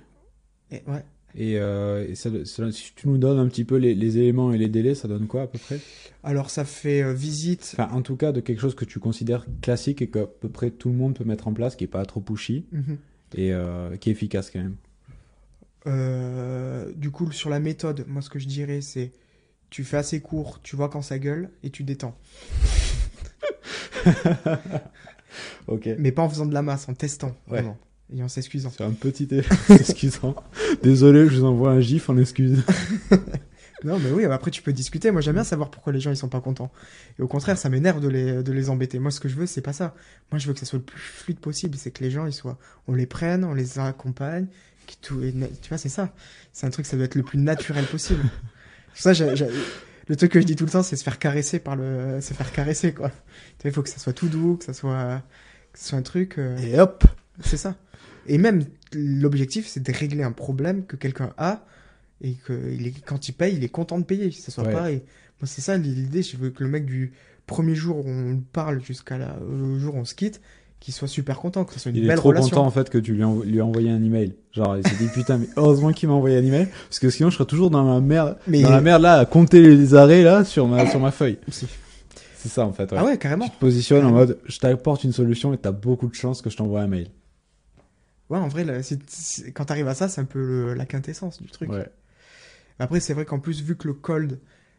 Et si tu nous donnes un petit peu les éléments et les délais, ça donne quoi à peu près? Alors ça fait visite... Enfin, en tout cas, de quelque chose que tu considères classique et qu'à peu près tout le monde peut mettre en place, qui n'est pas trop pushy et qui est efficace quand même. Du coup, sur la méthode, moi ce que je dirais c'est tu fais assez court, tu vois quand ça gueule et tu détends. Ok. Mais pas en faisant de la masse, en testant. Vraiment. Et en s'excusant. C'est un petit excusant. Désolé, je vous envoie un gif en excuse. Non, mais oui, après tu peux discuter. Moi, j'aime bien savoir pourquoi les gens ils sont pas contents. Et au contraire, ça m'énerve de les embêter. Moi, ce que je veux, c'est pas ça. Moi, je veux que ça soit le plus fluide possible. C'est que les gens, on les prenne, on les accompagne. Tu vois, c'est ça. C'est un truc, ça doit être le plus naturel possible. Ça, le truc que je dis tout le temps, c'est se faire caresser se faire caresser, quoi. Tu vois, il faut que ça soit tout doux, que ça soit un truc. Et hop! C'est ça. Et même, l'objectif, c'est de régler un problème que quelqu'un a et que quand il paye, il est content de payer. Que ça soit pareil. Moi, c'est ça l'idée. Je veux que le mec du premier jour où on parle jusqu'au jour où on se quitte, qu'il soit super content, que ça soit une belle relation. Il est trop content en fait que tu lui as envoyé un email. Genre, il s'est dit putain, mais heureusement qu'il m'a envoyé un email parce que sinon je serais toujours dans la merde là à compter les arrêts là sur ma feuille. C'est ça en fait. Ouais. Ah ouais, carrément. Tu te positionnes en mode je t'apporte une solution et t'as beaucoup de chances que je t'envoie un mail. Ouais, en vrai, quand t'arrives à ça, c'est un peu la quintessence du truc. Ouais. Après, c'est vrai qu'en plus, vu que le cold,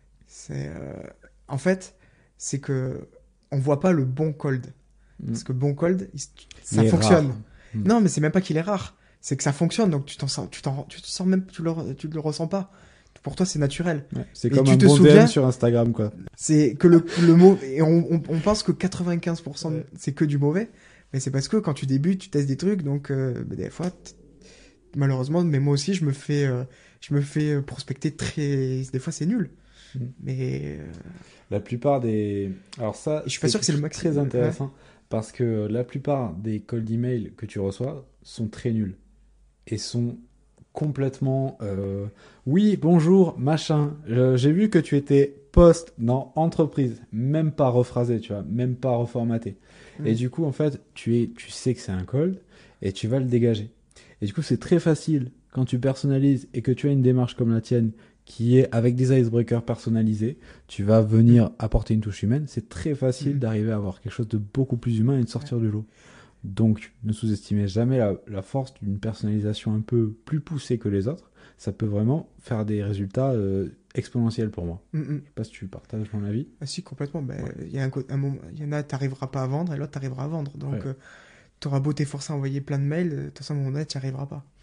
en fait, c'est que on voit pas le bon cold. Parce que bon cold, ça fonctionne. Non, mais c'est même pas qu'il est rare. C'est que ça fonctionne, donc tu te sens même, tu le ressens pas. Pour toi, c'est naturel. Ouais, c'est comme un bon DM sur Instagram, quoi. C'est que le mot, et on pense que 95% c'est que du mauvais, mais c'est parce que quand tu débutes, tu testes des trucs, donc des fois, malheureusement, mais moi aussi, je me fais prospecter des fois, c'est nul. Mais la plupart des, alors ça, je suis pas sûr que c'est le max très intéressant parce que la plupart des cold emails que tu reçois sont très nuls et sont complètement oui bonjour machin, j'ai vu que tu étais poste dans entreprise, même pas rephrasé, tu vois, même pas reformaté. Et du coup en fait tu sais que c'est un cold et tu vas le dégager. Et du coup c'est très facile quand tu personnalises et que tu as une démarche comme la tienne qui est avec des icebreakers personnalisés, tu vas venir apporter une touche humaine. C'est très facile d'arriver à avoir quelque chose de beaucoup plus humain et de sortir du lot. Donc, ne sous-estimez jamais la force d'une personnalisation un peu plus poussée que les autres. Ça peut vraiment faire des résultats exponentiels pour moi. Je sais pas si tu partages mon avis. Ah si, complètement. Il y a un moment, il y en a, t'arriveras pas à vendre et l'autre, t'arriveras à vendre. Donc, t'auras beau t'efforcer à envoyer plein de mails, de toute façon, à un moment donné, t'y arriveras pas.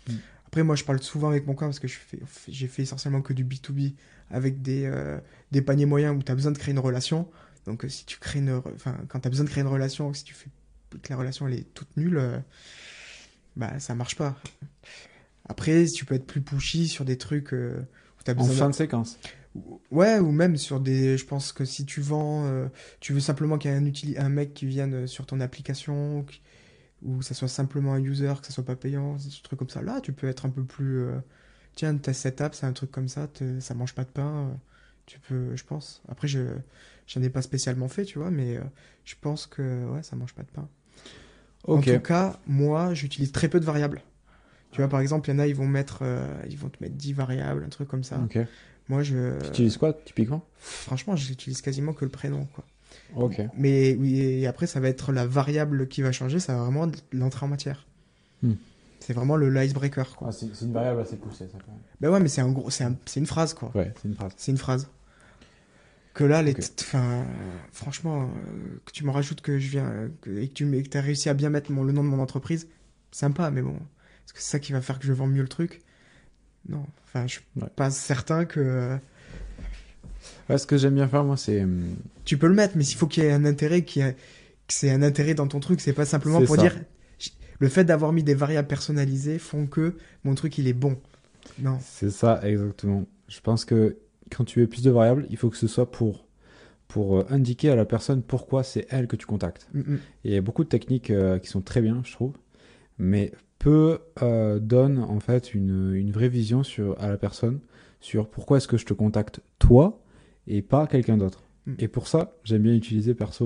Après, moi, je parle souvent avec mon client parce que j'ai fait essentiellement que du B2B avec des paniers moyens où tu as besoin de créer une relation. Donc, si tu crées quand tu as besoin de créer une relation, si tu fais que la relation elle est toute nulle, bah, ça marche pas. Après, si tu peux être plus pushy sur des trucs où tu as En besoin fin de séquence. Ouais, ou même sur des. Je pense que si tu vends, tu veux simplement qu'il y ait un mec qui vienne sur ton application, ou ça soit simplement un user, que ça soit pas payant, des trucs comme ça. Là, tu peux être un peu plus. Tiens, ta setup, c'est un truc comme ça, ça mange pas de pain. Tu peux, je pense. Après, j'en ai pas spécialement fait, tu vois, mais je pense que ouais, ça mange pas de pain. En Ok. tout cas, moi, j'utilise très peu de variables. Tu vois, par exemple, il y en a, ils vont te mettre 10 variables, un truc comme ça. Ok. Moi, Tu utilises quoi, typiquement? franchement, j'utilise quasiment que le prénom, quoi. Ok. Mais oui, et après, ça va être la variable qui va changer, ça va vraiment être l'entrée en matière. Hmm. C'est vraiment l'icebreaker, quoi. Ah, c'est une variable assez poussée, ça, quand même. Ben ouais, mais c'est une phrase, quoi. Ouais, c'est une phrase. C'est une phrase. Que là, Ok. enfin, franchement, que tu me rajoutes que et que tu as réussi à bien mettre le nom de mon entreprise, sympa, mais bon, est-ce que c'est ça qui va faire que je vends mieux le truc? Non, enfin, je suis Ouais. pas certain que Ouais, ce que j'aime bien faire, moi, c'est. tu peux le mettre, mais il faut qu'il y ait un intérêt, que c'est un intérêt dans ton truc, c'est pas simplement C'est pour ça. dire le fait d'avoir mis des variables personnalisées font que mon truc il est bon. Non. C'est ça, exactement. Je pense que quand tu mets plus de variables, il faut que ce soit pour indiquer à la personne pourquoi c'est elle que tu contactes. Mm, Et il y a beaucoup de techniques qui sont très bien, je trouve, mais peu donnent en fait une vraie vision à la personne sur pourquoi est-ce que je te contacte toi et pas quelqu'un d'autre. Mm. Et pour ça, j'aime bien utiliser perso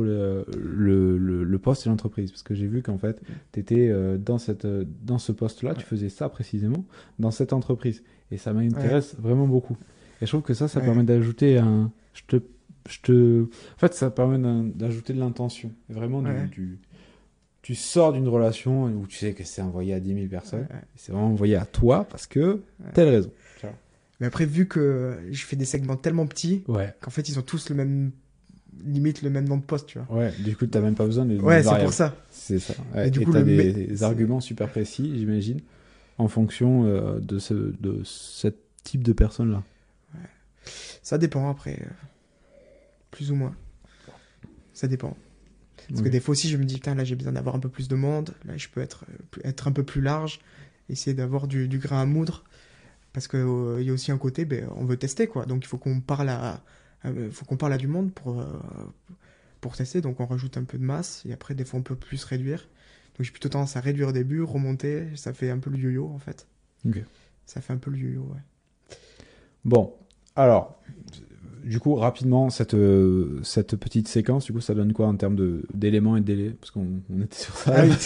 le poste et l'entreprise, parce que j'ai vu qu'en fait, tu étais dans ce poste-là, tu faisais ça précisément dans cette entreprise. Et ça m'intéresse vraiment beaucoup. Et je trouve que ça Ouais. permet d'ajouter un... En fait, ça permet d'ajouter de l'intention. Vraiment Ouais. tu sors d'une relation où tu sais que c'est envoyé à 10 000 personnes. Ouais. Et c'est vraiment envoyé à toi parce que telle raison. Mais après, vu que je fais des segments tellement petits Ouais. qu'en fait ils ont tous limite le même nom de poste, tu vois. Ouais, du coup, t'as même pas besoin de Ouais, c'est variables. pour ça. C'est ça. Ouais. Et du coup, t'as c'est- des arguments super précis, j'imagine, en fonction de ce type de personne-là. Ça dépend après, plus ou moins. Ça dépend. Parce que Ok. des fois aussi, je me dis, putain, là j'ai besoin d'avoir un peu plus de monde. Là, je peux être un peu plus large, essayer d'avoir du grain à moudre. Parce que il y a aussi un côté, ben, on veut tester, quoi. Donc il faut qu'on parle à du monde pour tester. Donc on rajoute un peu de masse et après, des fois, on peut plus réduire. Donc j'ai plutôt tendance à réduire au début, remonter. Ça fait un peu le yo-yo, en fait. Ok. Ça fait un peu le yo-yo, ouais. Bon, alors, du coup, rapidement, cette petite séquence, du coup, ça donne quoi en termes d'éléments et de délais? Parce qu'on était sur ça. Ah oui.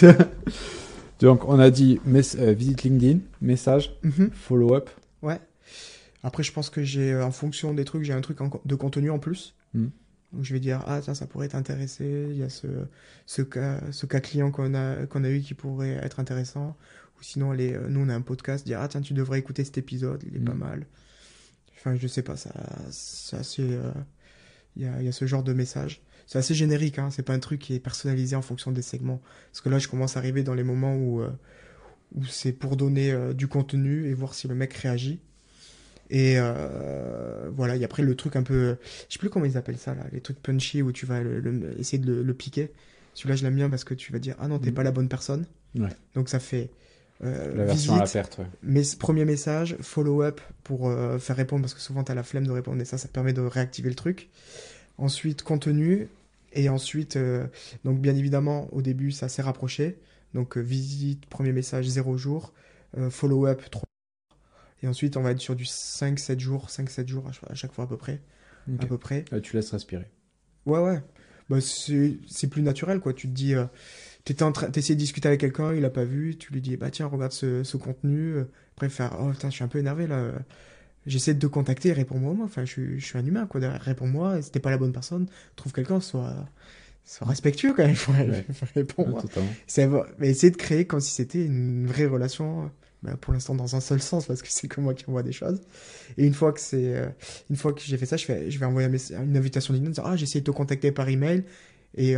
Donc, on a dit visite LinkedIn, message, Mhm. follow-up. Ouais. Après, je pense que en fonction des trucs, j'ai un truc de contenu en plus. Mhm. Donc je vais dire, ah ça pourrait t'intéresser, il y a ce cas client qu'on a eu qui pourrait être intéressant. Ou sinon, nous on a un podcast, dire, ah tiens, tu devrais écouter cet épisode, il est pas mal. Enfin, je sais pas, c'est assez... Il y a ce genre de message. C'est assez générique, hein, c'est pas un truc qui est personnalisé en fonction des segments. Parce que là, je commence à arriver dans les moments où c'est pour donner du contenu et voir si le mec réagit. Et voilà, et après le truc un peu, je sais plus comment ils appellent ça là, les trucs punchy où tu vas essayer de le piquer. Celui-là je l'aime bien parce que tu vas dire ah non t'es pas la bonne personne. Ouais. Donc ça fait La version à la perte, ouais. premier message, follow-up pour faire répondre parce que souvent t'as la flemme de répondre et ça permet de réactiver le truc. Ensuite contenu et ensuite donc bien évidemment au début ça s'est rapproché. Donc visite, premier message 0 jours, follow-up 3. Et ensuite, on va être sur du 5-7 jours à chaque fois à peu près. Ok. À peu près. Tu laisses respirer. Ouais. Bah, c'est plus naturel, quoi. Tu te dis, t'essayes de discuter avec quelqu'un, il a pas vu, tu lui dis, bah tiens, regarde ce contenu. Après, faire, oh putain, je suis un peu énervé là. J'essaie de te contacter, réponds-moi. Enfin, je suis un humain, quoi. Réponds-moi. Si t'es pas la bonne personne, trouve quelqu'un, sois respectueux quand même. Réponds-moi. Mais essayer de créer comme si c'était une vraie relation. Bah, pour l'instant dans un seul sens parce que c'est que moi qui envoie des choses et une fois que j'ai fait ça je vais envoyer une invitation LinkedIn dire ah j'ai essayé de te contacter par email et en fait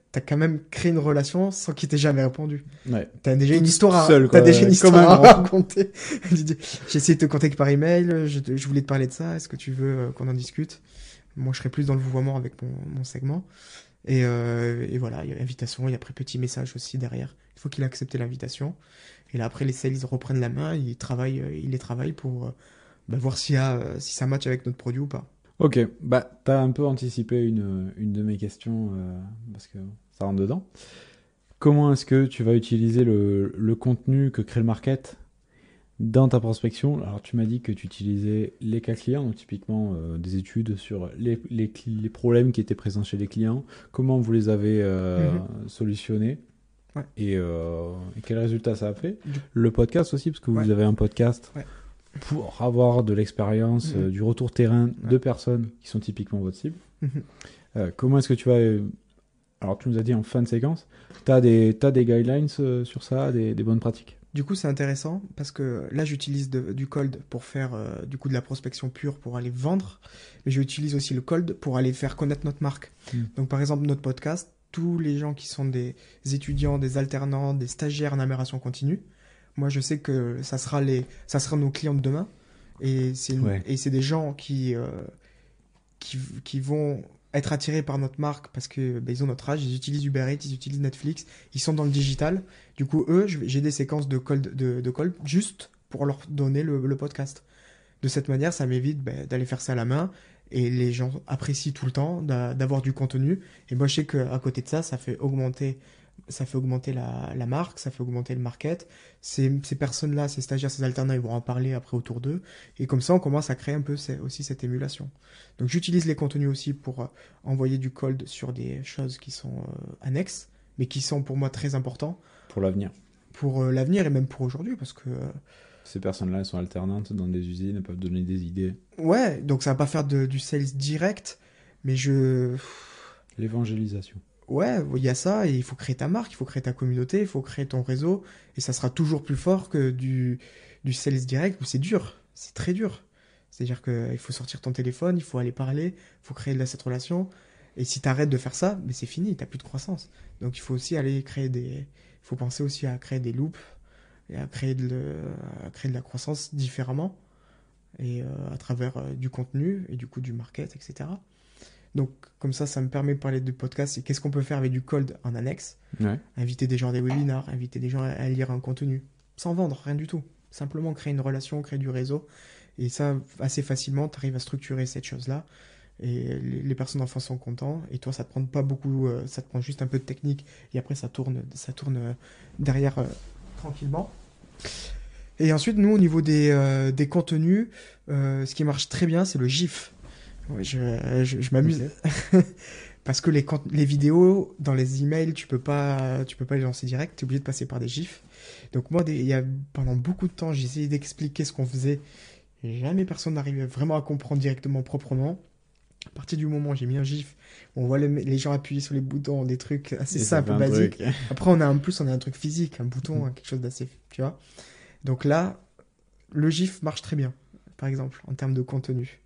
t'as quand même créé une relation sans qu'il t'ait jamais répondu. Ouais. T'as déjà une histoire seul, quoi, t'as déjà une comme histoire un à grand. raconter. J'ai essayé de te contacter par email, je voulais te parler de ça, est-ce que tu veux qu'on en discute? Moi, je serais plus dans le vouvoiement avec mon segment. Et voilà, il y a l'invitation, et après petit message aussi derrière. Il faut qu'il ait accepté l'invitation. Et là, après, les sales reprennent la main, ils les travaillent pour voir si ça match avec notre produit ou pas. Ok, bah t'as un peu anticipé une de mes questions parce que ça rentre dedans. Comment est-ce que tu vas utiliser le contenu que crée le market dans ta prospection? Alors tu m'as dit que tu utilisais les cas clients, donc typiquement des études sur les problèmes qui étaient présents chez les clients, comment vous les avez solutionnés. Ouais. Et quel résultat ça a fait? Le podcast aussi, parce que vous avez un podcast pour avoir de l'expérience, du retour terrain de personnes qui sont typiquement votre cible. Comment est-ce que tu vas... Alors tu nous as dit en fin de séquence, t'as des guidelines sur ça, des bonnes pratiques? Du coup, c'est intéressant parce que là, j'utilise du cold pour faire du coup de la prospection pure pour aller vendre, mais j'utilise aussi le cold pour aller faire connaître notre marque. Donc par exemple, notre podcast, tous les gens qui sont des étudiants, des alternants, des stagiaires en amélioration continue, moi je sais que ça sera nos clients de demain et c'est des gens qui vont être attirés par notre marque parce que ils ont notre âge, ils utilisent Uber Eats, ils utilisent Netflix, ils sont dans le digital. Du coup, eux, j'ai des séquences de call juste pour leur donner le podcast. De cette manière, ça m'évite d'aller faire ça à la main et les gens apprécient tout le temps d'avoir du contenu. Et moi, je sais qu'à côté de ça, ça fait augmenter la marque, ça fait augmenter le market. Ces personnes-là, ces stagiaires, ces alternants, ils vont en parler après autour d'eux. Et comme ça, on commence à créer un peu aussi cette émulation. Donc j'utilise les contenus aussi pour envoyer du cold sur des choses qui sont annexes, mais qui sont pour moi très importants. Pour l'avenir. Pour l'avenir et même pour aujourd'hui, parce que... Ces personnes-là, elles sont alternantes dans des usines, elles peuvent donner des idées. Ouais, donc ça va pas faire du sales direct, mais L'évangélisation. Ouais, il y a ça, et il faut créer ta marque, il faut créer ta communauté, il faut créer ton réseau, et ça sera toujours plus fort que du sales direct où c'est dur, c'est très dur. C'est-à-dire qu'il faut sortir ton téléphone, il faut aller parler, il faut créer cette relation, et si tu arrêtes de faire ça, c'est fini, t'as plus de croissance. Donc il faut aussi il faut penser aussi à créer des loops, et à créer de la croissance différemment, et à travers du contenu, et du coup du market, etc. Donc, comme ça me permet de parler de podcast et qu'est-ce qu'on peut faire avec du cold en annexe. Inviter des gens à des webinars, inviter des gens à lire un contenu, sans vendre, rien du tout. Simplement créer une relation, créer du réseau. Et ça, assez facilement, tu arrives à structurer cette chose-là. Et les personnes en face sont contents. Et toi, ça te prend pas beaucoup, ça te prend juste un peu de technique. Et après, ça tourne derrière tranquillement. Et ensuite, nous, au niveau des contenus, ce qui marche très bien, c'est le GIF. Ouais, je m'amuse. Okay. Parce que les vidéos, dans les emails, tu peux pas les lancer direct, tu es obligé de passer par des gifs. Donc moi, pendant beaucoup de temps, j'ai essayé d'expliquer ce qu'on faisait. Et jamais personne n'arrivait vraiment à comprendre directement, proprement. À partir du moment où j'ai mis un gif, on voit les gens appuyer sur les boutons, des trucs assez simples, basiques. Après, on a un truc physique, un bouton, quelque chose d'assez, tu vois. Donc là, le gif marche très bien, par exemple, en termes de contenu.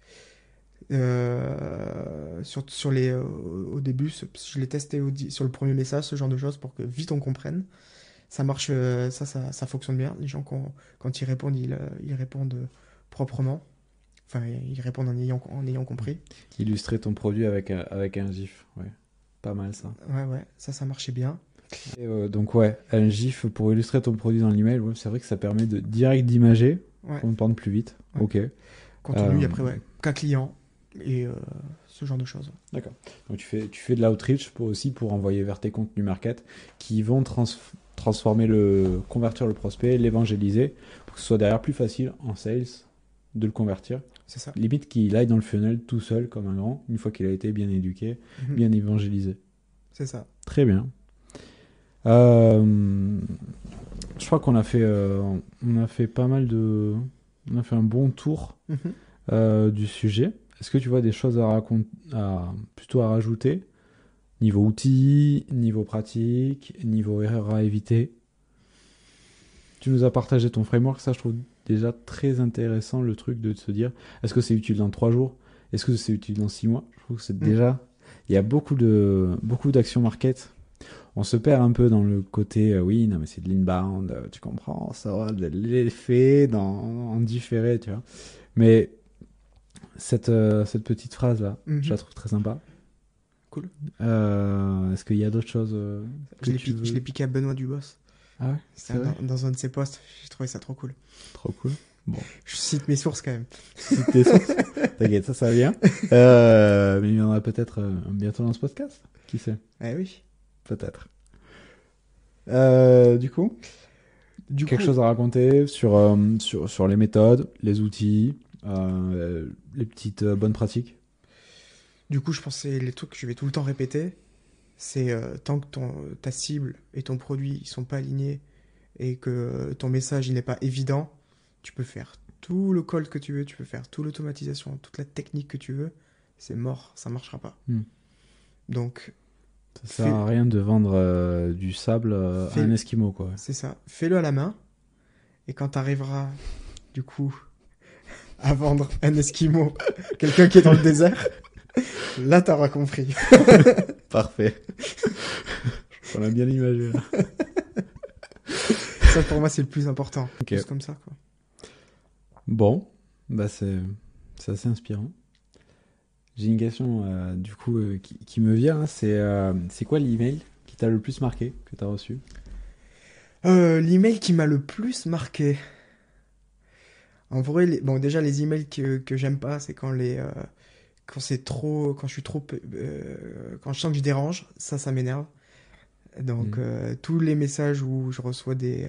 Au début, je l'ai testé sur le premier message, ce genre de choses, pour que vite on comprenne. Ça marche, ça fonctionne bien. Les gens, quand ils répondent, ils répondent proprement. Enfin, ils répondent en ayant compris. Illustrer ton produit avec un GIF, ouais. Pas mal ça. Ouais, ça marchait bien. Et donc un GIF pour illustrer ton produit dans l'email, c'est vrai que ça permet direct d'imager, pour me prendre plus vite. Ouais. Ok. Contenu, après, cas client. Et ce genre de choses. D'accord. Donc tu fais de l'outreach pour envoyer vers tes contenus market qui vont convertir le prospect, l'évangéliser pour que ce soit derrière plus facile en sales de le convertir. C'est ça. Limite qu'il aille dans le funnel tout seul comme un grand, une fois qu'il a été bien éduqué, bien évangélisé. C'est ça. Très bien. Je crois qu'on a fait pas mal on a fait un bon tour du sujet. Est-ce que tu vois des choses plutôt à rajouter? Niveau outils, niveau pratique, niveau erreur à éviter? Tu nous as partagé ton framework, ça je trouve déjà très intéressant, le truc de se dire, est-ce que c'est utile dans 3 jours? Est-ce que c'est utile dans 6 mois? Je trouve que c'est déjà... Il y a beaucoup d'actions market on se perd un peu dans le côté, oui, non, mais c'est de l'inbound, tu comprends, ça aura de l'effet en différé, tu vois. Mais cette petite phrase-là, je la trouve très sympa. Cool. Est-ce qu'il y a d'autres choses Je l'ai piqué à Benoît Dubos. Ah ouais, c'est dans un de ses posts. J'ai trouvé ça trop cool. Trop cool. Bon. Je cite mes sources quand même. Cite tes sources. T'inquiète, ça vient. Mais il y en aura peut-être bientôt dans ce podcast. Qui sait? Eh oui. Peut-être. Du coup, quelque chose à raconter sur les méthodes, les outils, les petites bonnes pratiques. Du coup, je pense que c'est les trucs que je vais tout le temps répéter. C'est tant que ta cible et ton produit ils sont pas alignés et que ton message il n'est pas évident, tu peux faire tout le code que tu veux, tu peux faire toute l'automatisation, toute la technique que tu veux, c'est mort, ça marchera pas. Donc, ça sert à rien de vendre du sable à un esquimau, quoi. C'est ça, fais-le à la main et quand tu arriveras du coup à vendre un esquimau, quelqu'un qui est dans le désert, là t'auras compris. Parfait. On a bien imagé là. Ça pour moi c'est le plus important. Okay. C'est comme ça quoi. Bon, bah c'est assez inspirant. J'ai une question du coup qui me vient. Hein, c'est quoi l'email qui t'a le plus marqué que t'as reçu? L'email qui m'a le plus marqué. En vrai, déjà les emails que j'aime pas, c'est quand quand je sens que je dérange, ça m'énerve. Donc tous les messages où je reçois des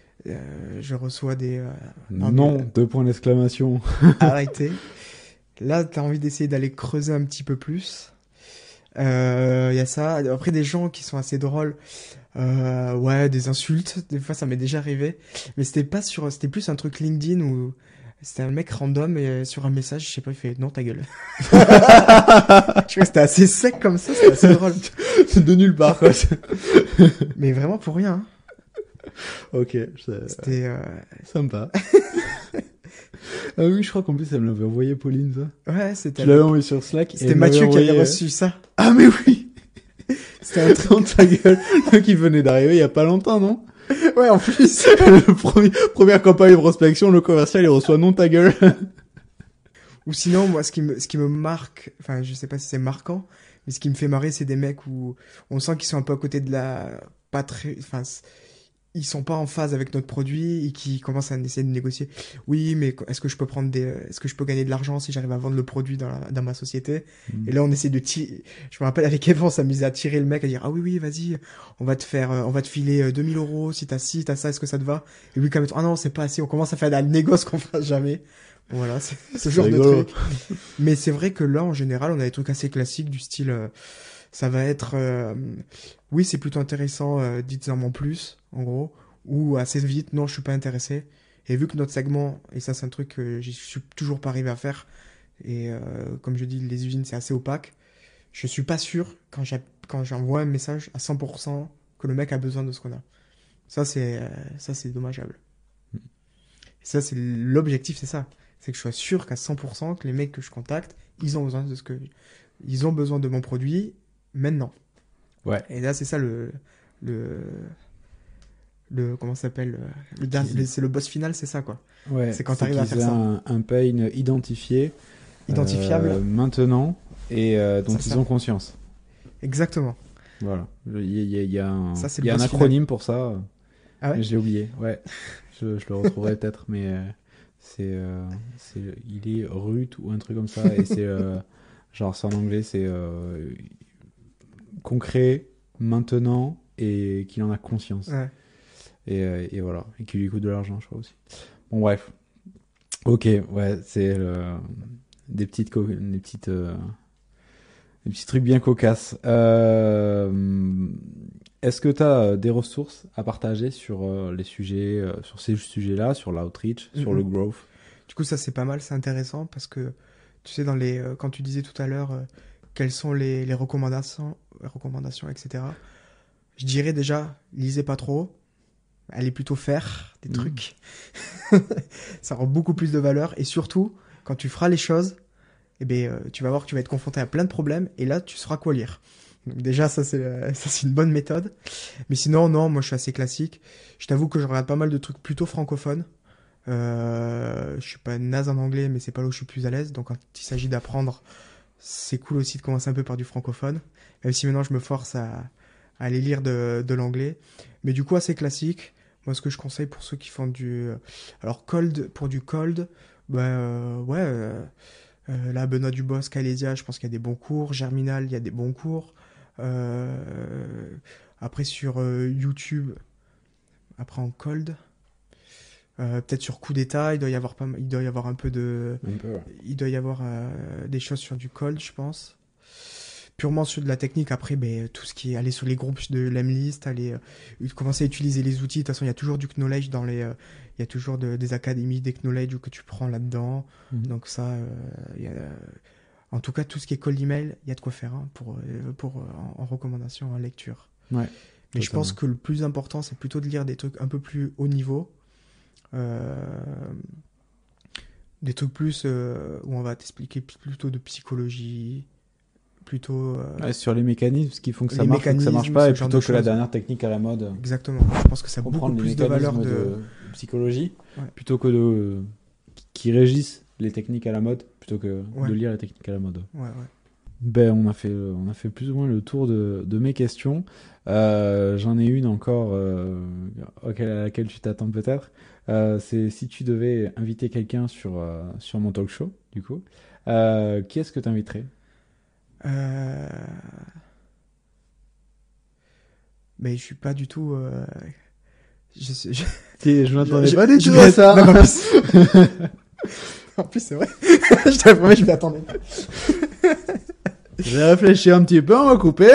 non, 2 points d'exclamation. Arrêtez. Là, t'as envie d'essayer d'aller creuser un petit peu plus. Y a ça. Après, des gens qui sont assez drôles. Ouais, des insultes. Des fois, ça m'est déjà arrivé. Mais c'était plus un truc LinkedIn où c'était un mec random et sur un message, je sais pas, il fait non ta gueule. Je crois que c'était assez sec comme ça, c'était assez drôle. De nulle part quoi. Mais vraiment pour rien. Hein. Ok, c'était sympa. Ah oui, je crois qu'en plus elle me l'avait envoyé Pauline ça. Ouais, c'était. Tu l'avais envoyé sur Slack. C'était Mathieu qui avait reçu ça. Ah mais oui. C'était un truc de ta gueule. Le qui venait d'arriver il y a pas longtemps, non? Ouais, en plus. Première campagne de prospection, le commercial, il reçoit non ta gueule. Ou sinon, moi, ce qui me marque, enfin, je sais pas si c'est marquant, mais ce qui me fait marrer, c'est des mecs où on sent qu'ils sont un peu à côté de ils sont pas en phase avec notre produit et qui commencent à essayer de négocier. Oui, mais est-ce que je peux gagner de l'argent si j'arrive à vendre le produit dans ma société? Et là, on essaie je me rappelle avec Evan, on s'amusait à tirer le mec, à dire, ah oui, vas-y, on va te filer 2000 €, si t'as ça, est-ce que ça te va? Et lui, quand même, ah non, c'est pas assez, on commence à faire la négoce qu'on fera jamais. Voilà, c'est ce genre de truc. Mais c'est vrai que là, en général, on a des trucs assez classiques du style, ça va être, oui, c'est plutôt intéressant, dites-en plus, en gros, ou assez vite, non, je suis pas intéressé. Et vu que notre segment, et ça c'est un truc que je suis toujours pas arrivé à faire, et comme je dis, les usines c'est assez opaque, je suis pas sûr quand j'envoie un message à 100% que le mec a besoin de ce qu'on a. Ça c'est dommageable. Et ça c'est l'objectif, c'est ça. C'est que je sois sûr qu'à 100% que les mecs que je contacte, ils ont besoin de mon produit maintenant. Ouais. Et là, c'est ça comment ça s'appelle c'est le boss final, c'est ça quoi. Ouais. C'est quand tu arrives à faire ça. Un pain identifiable maintenant et dont ils ont conscience. Exactement. Voilà. Il y a un final. acronyme pour ça. Ah ouais. Je l'ai oublié. Ouais. Je le retrouverai peut-être, mais il est RUT ou un truc comme ça et c'est genre c'est en anglais, c'est concret maintenant et qu'il en a conscience. Ouais. Et voilà, et qu'il lui coûte de l'argent, je crois aussi. Bon bref. Ok, ouais, c'est des petits trucs bien cocasses. Est-ce que tu as des ressources à partager sur les sujets, sur ces sujets-là, sur l'outreach, sur le growth? Du coup, ça c'est pas mal, c'est intéressant parce que tu sais quand tu disais tout à l'heure quelles sont les recommandations, etc. Je dirais déjà, lisez pas trop. Allez plutôt faire des trucs. Ça aura beaucoup plus de valeur. Et surtout, quand tu feras les choses, tu vas voir que tu vas être confronté à plein de problèmes. Et là, tu sauras quoi lire. Donc déjà, ça c'est une bonne méthode. Mais sinon, non, moi je suis assez classique. Je t'avoue que je regarde pas mal de trucs plutôt francophones. Je suis pas naze en anglais, mais c'est pas là où je suis plus à l'aise. Donc quand il s'agit d'apprendre, c'est cool aussi de commencer un peu par du francophone. Même si maintenant je me force à aller lire de l'anglais. Mais du coup, assez classique. Moi, ce que je conseille pour ceux qui font alors pour du cold, là, Benoît Dubos, Calésia, je pense qu'il y a des bons cours. Germinal, il y a des bons cours. Après, sur YouTube, après en cold, peut-être sur Coup d'État, il doit y avoir un peu de... Ouais. Il doit y avoir des choses sur du cold, je pense. Purement sur de la technique, après, tout ce qui est aller sur les groupes de l'Emlist, commencer à utiliser les outils. De toute façon, il y a toujours du Knowledge il y a toujours des académies des Knowledge que tu prends là-dedans. Donc ça, en tout cas, tout ce qui est cold email, il y a de quoi faire en recommandation, en lecture. Ouais. Mais je pense que le plus important, c'est plutôt de lire des trucs un peu plus haut niveau. Des trucs plus où on va t'expliquer plutôt de psychologie, plutôt sur les mécanismes, ce qui font que ça marche ou que ça marche pas, et plutôt que la dernière technique à la mode. Exactement. Je pense que ça a beaucoup plus de valeur de psychologie, plutôt que qui régissent les techniques à la mode, plutôt que de lire les techniques à la mode. Ouais. On a fait plus ou moins le tour de mes questions. J'en ai une encore à laquelle tu t'attends peut-être. C'est si tu devais inviter quelqu'un sur mon talk show, du coup, qui est-ce que tu inviterais? Mais je suis pas du tout. Je m'attendais pas du tout à ça. Non, en plus, c'est vrai. Je te promets, je m'y attendais pas. J'ai réfléchi un petit peu, on va couper.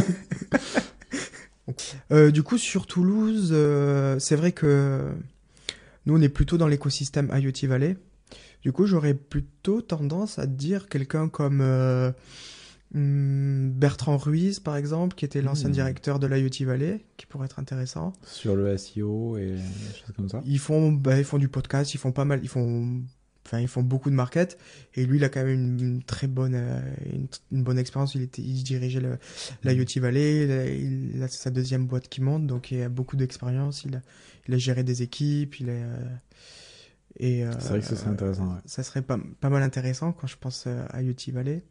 Du coup, sur Toulouse, c'est vrai que nous, on est plutôt dans l'écosystème IoT Valley. Du coup, j'aurais plutôt tendance à dire quelqu'un comme Bertrand Ruiz, par exemple, qui était l'ancien directeur de l'IoT Valley, qui pourrait être intéressant. Sur le SEO et des choses comme ça. Ils font du podcast, ils font pas mal, ils font beaucoup de market, et lui, il a quand même une très bonne, une bonne expérience. Il dirigeait l'IoT Valley, il a sa deuxième boîte qui monte, donc il a beaucoup d'expérience. Il a géré des équipes, c'est vrai que ça serait intéressant. Ouais. Ça serait pas mal intéressant quand je pense à IoT Valley.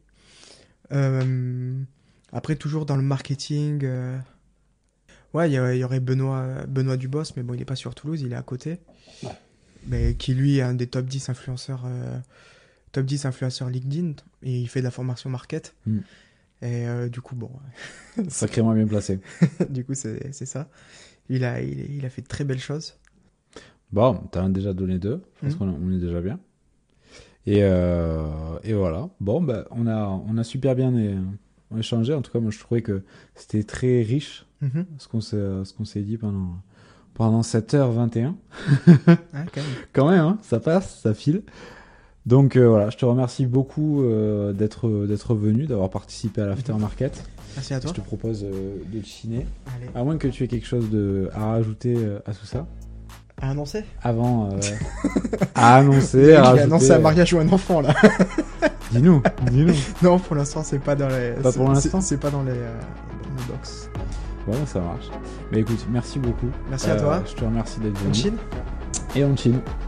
Après, toujours dans le marketing, il y aurait Benoît Dubos, mais bon, il est pas sur Toulouse, il est à côté. Ouais. Mais qui lui est un des top 10 influenceurs LinkedIn, et il fait de la formation market. Et du coup, bon. Sacrément bien placé. Du coup, c'est ça. Il a fait de très belles choses. Bon, t'as déjà donné 2. Je pense qu'on est déjà bien. Et voilà. Bon, on a super bien échangé. En tout cas, moi, je trouvais que c'était très riche ce qu'on s'est dit pendant 7h21. Quand même, hein, ça passe, ça file. Donc voilà, je te remercie beaucoup d'être venu, d'avoir participé à l'Aftermarket. Merci à toi. Je te propose de chiner. Allez. À moins que tu aies quelque chose à rajouter à tout ça. À annoncer Avant. À annoncer. J'ai annoncé un mariage ou un enfant, là. Dis-nous. Non, pour l'instant, c'est pas dans les. Pas pour l'instant. C'est pas dans les box. Bon, ça marche. Mais écoute, merci beaucoup. Merci à toi. Je te remercie d'être venu. On chine. Et on chine.